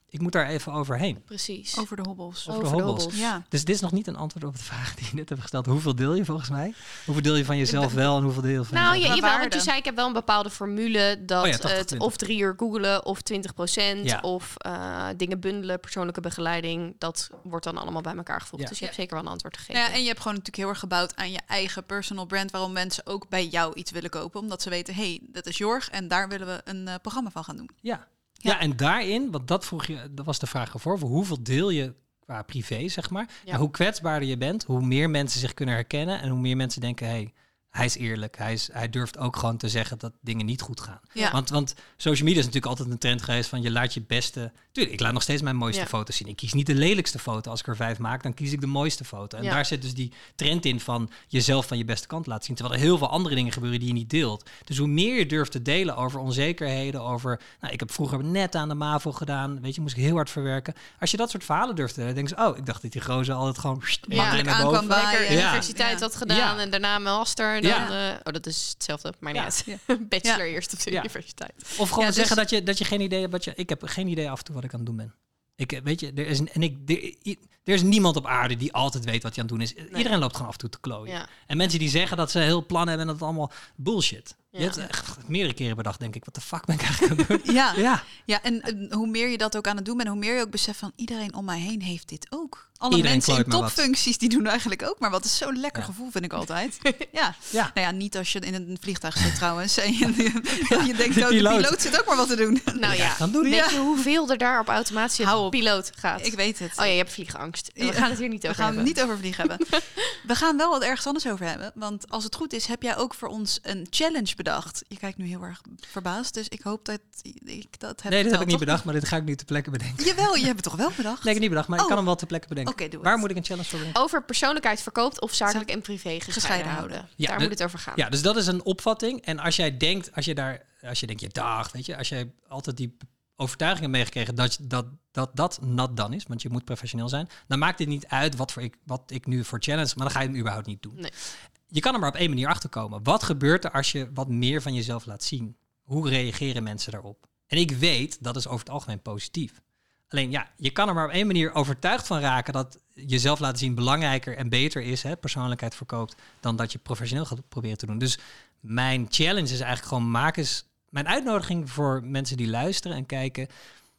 C: ik moet daar even overheen.
B: Precies.
A: Over de hobbels.
C: Over de hobbels.
A: Ja.
C: Dus dit is nog niet een antwoord op de vraag die je net hebt gesteld. Hoeveel deel je volgens mij? Hoeveel deel je van jezelf wel en hoeveel deel je van
B: Nou,
C: jezelf?
B: ja,
A: Qua
B: jawel, want je
A: waarde.
B: zei ik heb wel een bepaalde formule dat
C: Oh ja, tachtig,
B: het
C: twintig.
B: of drie uur googelen of twintig procent
C: Ja.
B: of uh, dingen bundelen, persoonlijke begeleiding, dat wordt dan allemaal bij elkaar gevoegd.
C: Ja.
B: Dus je hebt zeker wel een antwoord gegeven.
A: Ja, en je hebt gewoon natuurlijk heel erg gebouwd aan je eigen personal brand, waarom mensen ook bij jou iets willen kopen, omdat ze weten, hey, dat is Jorg en daar willen we een uh, programma van gaan doen.
C: Ja.
A: Ja.
C: Ja, en daarin, want dat vroeg je, dat was de vraag ervoor, voor hoeveel deel je qua privé, zeg maar.
B: Ja.
C: En hoe kwetsbaarder je bent, hoe meer mensen zich kunnen herkennen en hoe meer mensen denken, hé, hey, hij is eerlijk, hij, is, hij durft ook gewoon te zeggen dat dingen niet goed gaan.
A: Ja.
C: Want, want social media is natuurlijk altijd een trend geweest van je laat je beste... Tuurlijk, ik laat nog steeds mijn mooiste
B: Ja.
C: foto's zien. Ik kies niet de lelijkste foto. Als ik er vijf maak, dan kies ik de mooiste foto. En
B: Ja.
C: daar zit dus die trend in van jezelf van je beste kant laten zien. Terwijl er heel veel andere dingen gebeuren die je niet deelt. Dus hoe meer je durft te delen over onzekerheden, over... Nou, ik heb vroeger net aan de MAVO gedaan. Weet je, moest ik heel hard verwerken. Als je dat soort verhalen durft te delen, denk je, oh, ik dacht dat die gozer altijd gewoon...
B: Ja,
C: makkelijk naar
A: aankwam
C: boven.
A: bij-
B: Lekker
A: ja.
B: universiteit
A: Ja.
B: had gedaan
C: Ja.
B: en daarna master. Dan,
C: Ja.
B: uh, oh, dat is hetzelfde, maar
C: Ja.
B: niet uit.
A: Ja.
B: Bachelor eerst op de
C: Ja.
B: universiteit.
C: Of gewoon
A: Ja, dus-
C: zeggen dat je, dat je geen idee hebt wat je... Ik heb geen idee af en toe wat ik aan het doen ben. Ik, eh, weet je, er is, en ik, er, i- er is niemand op aarde die altijd weet wat hij aan het doen is. Iedereen loopt gewoon af en toe te klooien.
B: Ja.
C: En mensen die zeggen dat ze heel plan hebben en dat het allemaal bullshit.
B: Ja.
C: Je hebt echt meerdere keren per dag denk ik, wat de fuck ben ik eigenlijk aan het doen?
A: Ja,
C: Ja,
A: ja en, en hoe meer je dat ook aan het doen bent, hoe meer je ook beseft van iedereen om mij heen heeft dit ook. Alle
C: Iedereen
A: mensen in
C: klooit maar wat.
A: topfuncties, die doen eigenlijk ook maar wat. Het is zo'n lekker
C: Ja.
A: gevoel, vind ik altijd. Ja.
C: ja.
A: Nou ja, niet als je in een vliegtuig zit trouwens. En je, je denkt,
C: de
A: oh, de
C: piloot.
A: piloot zit ook maar wat te doen.
B: Nou ja,
C: gaan doen.
B: weet
A: Ja.
B: je hoeveel er daar op automatische
A: Hou op.
B: piloot gaat?
A: Ik weet het.
B: Oh ja, je hebt vliegangst. We
A: Ja.
B: gaan het hier niet
A: We
B: over
A: gaan het
B: hebben.
A: niet over vliegen hebben. We gaan wel wat ergens anders over hebben. Want als het goed is, heb jij ook voor ons een challenge bedacht. Je kijkt nu heel erg verbaasd, dus ik hoop dat ik dat heb
C: Nee, dit heb ik niet
A: toch?
C: bedacht, maar dit ga ik nu ter plekke bedenken.
A: Jawel, je hebt het toch wel bedacht?
C: Nee, ik heb het niet bedacht, maar ik
A: Oh.
C: kan hem wel ter plekke bedenken.
A: Oké, doe het.
C: Waar moet ik een challenge voor bedenken?
B: Over persoonlijkheid verkoopt of zakelijk en privé gescheiden,
A: Gescheiden
B: houden.
A: houden.
C: Ja,
B: Daar
C: de-
B: moet het over gaan.
C: Ja, dus dat is een opvatting. En als jij denkt, als je daar, als je denkt, je dag, weet je, als jij altijd die overtuigingen meegekregen dat, je- dat dat dat nat dan is, want je moet professioneel zijn, dan maakt het niet uit wat voor ik, wat ik nu voor challenge, maar dan ga je hem überhaupt niet doen.
B: Nee.
C: Je kan er maar op één manier achter komen. Wat gebeurt er als je wat meer van jezelf laat zien? Hoe reageren mensen daarop? En ik weet, dat is over het algemeen positief. Alleen ja, je kan er maar op één manier overtuigd van raken dat jezelf laten zien belangrijker en beter is, hè, persoonlijkheid verkoopt, dan dat je professioneel gaat proberen te doen. Dus mijn challenge is eigenlijk gewoon maak eens, mijn uitnodiging voor mensen die luisteren en kijken,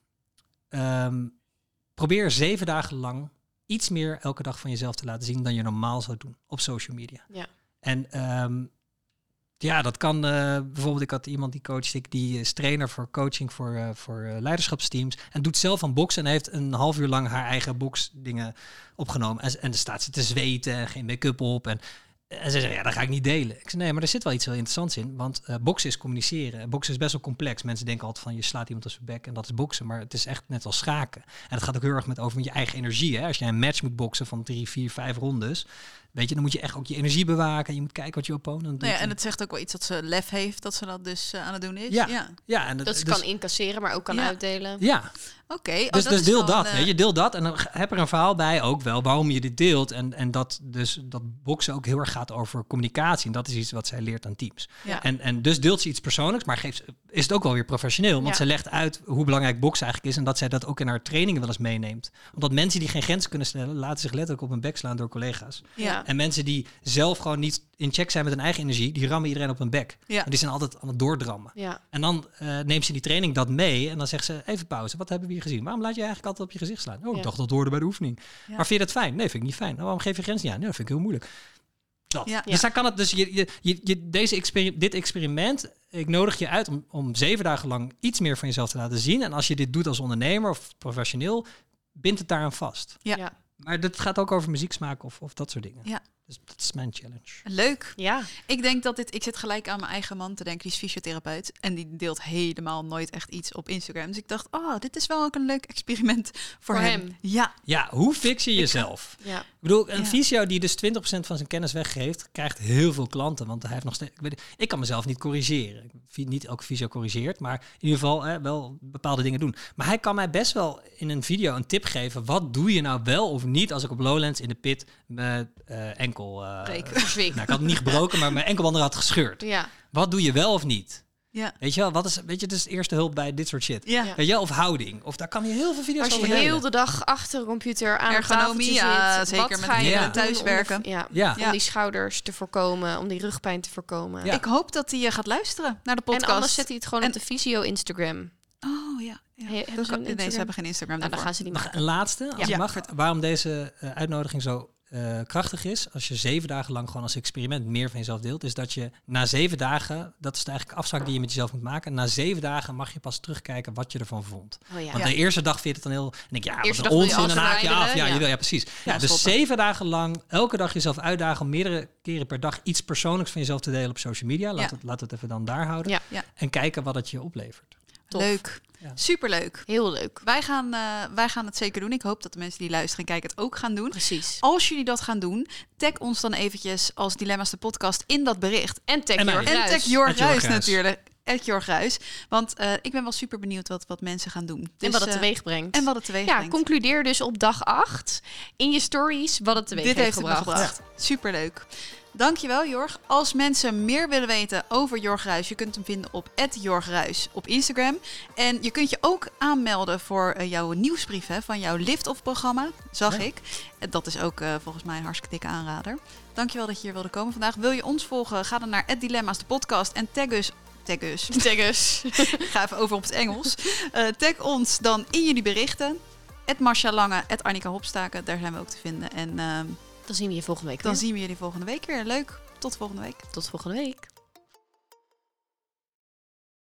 C: ehm, probeer zeven dagen lang iets meer elke dag van jezelf te laten zien dan je normaal zou doen op social media.
B: Ja.
C: En ehm, ja, dat kan eh, bijvoorbeeld, ik had iemand die coacht, ik die is trainer voor coaching voor, eh, voor eh, leiderschapsteams en doet zelf aan boksen en heeft een half uur lang haar eigen boksdingen opgenomen. En, en dan staat ze te zweten en geen make-up op en En ze zei, ja, dat ga ik niet delen. Ik zei, nee, maar er zit wel iets heel interessants in. Want uh, boksen is communiceren. Boksen is best wel complex. Mensen denken altijd van, je slaat iemand op zijn bek en dat is boksen. Maar het is echt net als schaken. En het gaat ook heel erg met over met je eigen energie. Hè? Als je een match moet boksen van drie, vier, vijf rondes, weet je, dan moet je echt ook je energie bewaken. Je moet kijken wat je opponent doet.
A: Nou ja, en het zegt ook wel iets dat ze lef heeft, dat ze dat dus uh, aan het doen is.
C: Ja.
A: ja.
C: ja en
B: Dat ze
C: dus,
B: kan incasseren, maar ook kan
A: Ja.
B: uitdelen.
C: Ja,
A: Oké. Okay. Oh,
C: dus,
A: dat
C: dus
A: is
C: deel
A: wel
C: dat,
A: een,
C: weet je, deel dat. En dan heb er een verhaal bij ook wel waarom je dit deelt. En, en dat dus dat boksen ook heel erg gaat over communicatie. En dat is iets wat zij leert aan teams.
A: Ja.
C: En, en dus deelt ze iets persoonlijks, maar geeft, is het ook wel weer professioneel. Want
B: Ja.
C: ze legt uit hoe belangrijk boksen eigenlijk is. En dat zij dat ook in haar trainingen wel eens meeneemt. Omdat mensen die geen grenzen kunnen stellen, laten zich letterlijk op hun bek slaan door collega's.
A: Ja.
C: En mensen die zelf gewoon niet in check zijn met hun eigen energie, die rammen iedereen op hun bek.
A: Ja.
C: En die zijn altijd aan het doordrammen.
B: Ja.
C: En dan uh, neemt ze die training dat mee en dan zegt ze, even pauze, wat hebben we hier gezien? Waarom laat je eigenlijk altijd op je gezicht slaan? Oh, ik
B: Ja.
C: dacht dat hoorde bij de oefening.
A: Ja.
C: Maar vind je dat fijn? Nee, vind ik niet fijn. Nou, waarom geef je grens niet aan? Nee, dat vind ik heel moeilijk. Dat.
A: Ja.
C: Dus daar kan het, dus je, je, je, je, deze experi- dit experiment, ik nodig je uit om, om zeven dagen lang iets meer van jezelf te laten zien. En als je dit doet als ondernemer of professioneel, bindt het daaraan vast.
A: Ja.
B: Ja.
C: Maar dit gaat ook over muzieksmaak of, of dat soort dingen.
A: Ja.
C: Dus dat is mijn challenge.
A: Leuk.
B: Ja.
A: Ik denk dat dit... Ik zit gelijk aan mijn eigen man te denken. Die is fysiotherapeut. En die deelt helemaal nooit echt iets op Instagram. Dus ik dacht, oh, dit is wel ook een leuk experiment voor,
B: Voor
A: hem.
B: hem.
A: Ja.
C: Ja, hoe fix je jezelf?
B: Ja.
C: Ik bedoel, een
A: Ja.
C: fysio die dus twintig procent van zijn kennis weggeeft, krijgt heel veel klanten. Want hij heeft nog steeds. Ik, weet, ik kan mezelf niet corrigeren. Ik vind niet elke fysio corrigeert, maar in ieder geval hè, wel bepaalde dingen doen. Maar hij kan mij best wel in een video een tip geven. Wat doe je nou wel of niet als ik op Lowlands in de pit mijn uh, enkel. Uh,
A: Breek.
B: Verzwikt.
C: nou, ik had hem niet gebroken, maar mijn enkelband had gescheurd.
B: Ja.
C: Wat doe je wel of niet?
A: Ja.
C: Weet je wel, wat is, weet je, dus eerste hulp bij dit soort shit.
A: Ja.
B: Ja.
C: Weet je wel, of houding. Of daar kan je heel veel video's
B: Als je
C: over
B: heel
C: delen.
B: de dag achter een computer aan een
A: Ergonomie,
B: tafeltje
A: ja,
B: zit,
A: zeker
B: wat
A: met
B: ga je
C: Ja.
B: doen
A: thuiswerken.
B: Om, de- ja,
C: Ja.
B: om die schouders te voorkomen, om die rugpijn te voorkomen.
C: Ja.
A: Ik hoop dat hij uh, gaat luisteren naar de podcast.
B: En anders zet hij het gewoon
A: En-
B: op de Visio Instagram.
A: Oh ja. ja.
B: He- hebben
A: Dat
B: ze
A: kan-
B: een
A: nee, ze
B: Instagram?
A: hebben geen Instagram
B: Nou, dan
A: daarvoor.
B: gaan ze die
C: Nog
B: maken.
C: een laatste, als
A: Ja.
C: het mag. Waarom deze uh, uitnodiging zo uh, krachtig is, als je zeven dagen lang gewoon als experiment meer van jezelf deelt, is dat je na zeven dagen, dat is eigenlijk de afspraak die je met jezelf moet maken, na zeven dagen mag je pas terugkijken wat je ervan vond.
B: Oh, ja.
C: Want
A: Ja.
C: de eerste dag vind je het dan heel... En denk je, ja, wat
B: Eerste
C: een
B: dag wil je
C: onzin, dan haak je af.
B: afverwijderen,
C: Ja,
B: ja.
C: je wil, ja, precies. Ja, dus
A: stoppen.
C: zeven dagen lang, elke dag jezelf uitdagen om meerdere keren per dag iets persoonlijks van jezelf te delen op social media. Laat,
A: Ja.
C: het, laat het even dan daar houden.
B: Ja.
A: Ja.
C: En kijken wat het je oplevert.
B: Tof.
A: Leuk.
C: Ja.
A: Superleuk.
B: Heel leuk.
A: Wij gaan, uh, wij gaan het zeker doen. Ik hoop dat de mensen die luisteren en kijken het ook gaan doen.
B: Precies.
A: Als jullie dat gaan doen, tag ons dan eventjes als Dilemma's de podcast in dat bericht.
B: En tag
C: En mij.
B: Jorg
A: En
B: Ruijs.
A: tag Jorg
C: At Jorg
A: Ruijs
C: Ruijs.
A: natuurlijk. At Jorg Ruijs. Want uh, ik ben wel super benieuwd wat, wat mensen gaan doen.
B: En
A: Dus,
B: wat het
A: uh,
B: teweeg brengt.
A: En wat het teweeg
B: Ja,
A: brengt.
B: concludeer dus op dag acht in je stories wat het teweeg
A: Dit
B: heeft
A: heeft het me
B: gebracht.
A: gebracht. Superleuk. Dankjewel Jorg. Als mensen meer willen weten over Jorg Ruijs, je kunt hem vinden op at Jorg Ruijs op Instagram. En je kunt je ook aanmelden voor uh, jouw nieuwsbrief hè, van jouw Lift-Off-programma, zag
C: Ja.
A: ik. En dat is ook uh, volgens mij een hartstikke dikke aanrader. Dankjewel dat je hier wilde komen vandaag. Wil je ons volgen? Ga dan naar at Dilemma's de podcast en tag us. Tag us.
B: Tag us.
A: Ik ga even over op het Engels. Uh, tag ons dan in jullie berichten. at Marcia Lange, at Annika Hopstaken, daar zijn we ook te vinden. En uh,
B: Dan zien we je volgende week
A: dan
B: weer.
A: zien we jullie volgende week weer. Leuk. Tot volgende week.
B: Tot volgende week.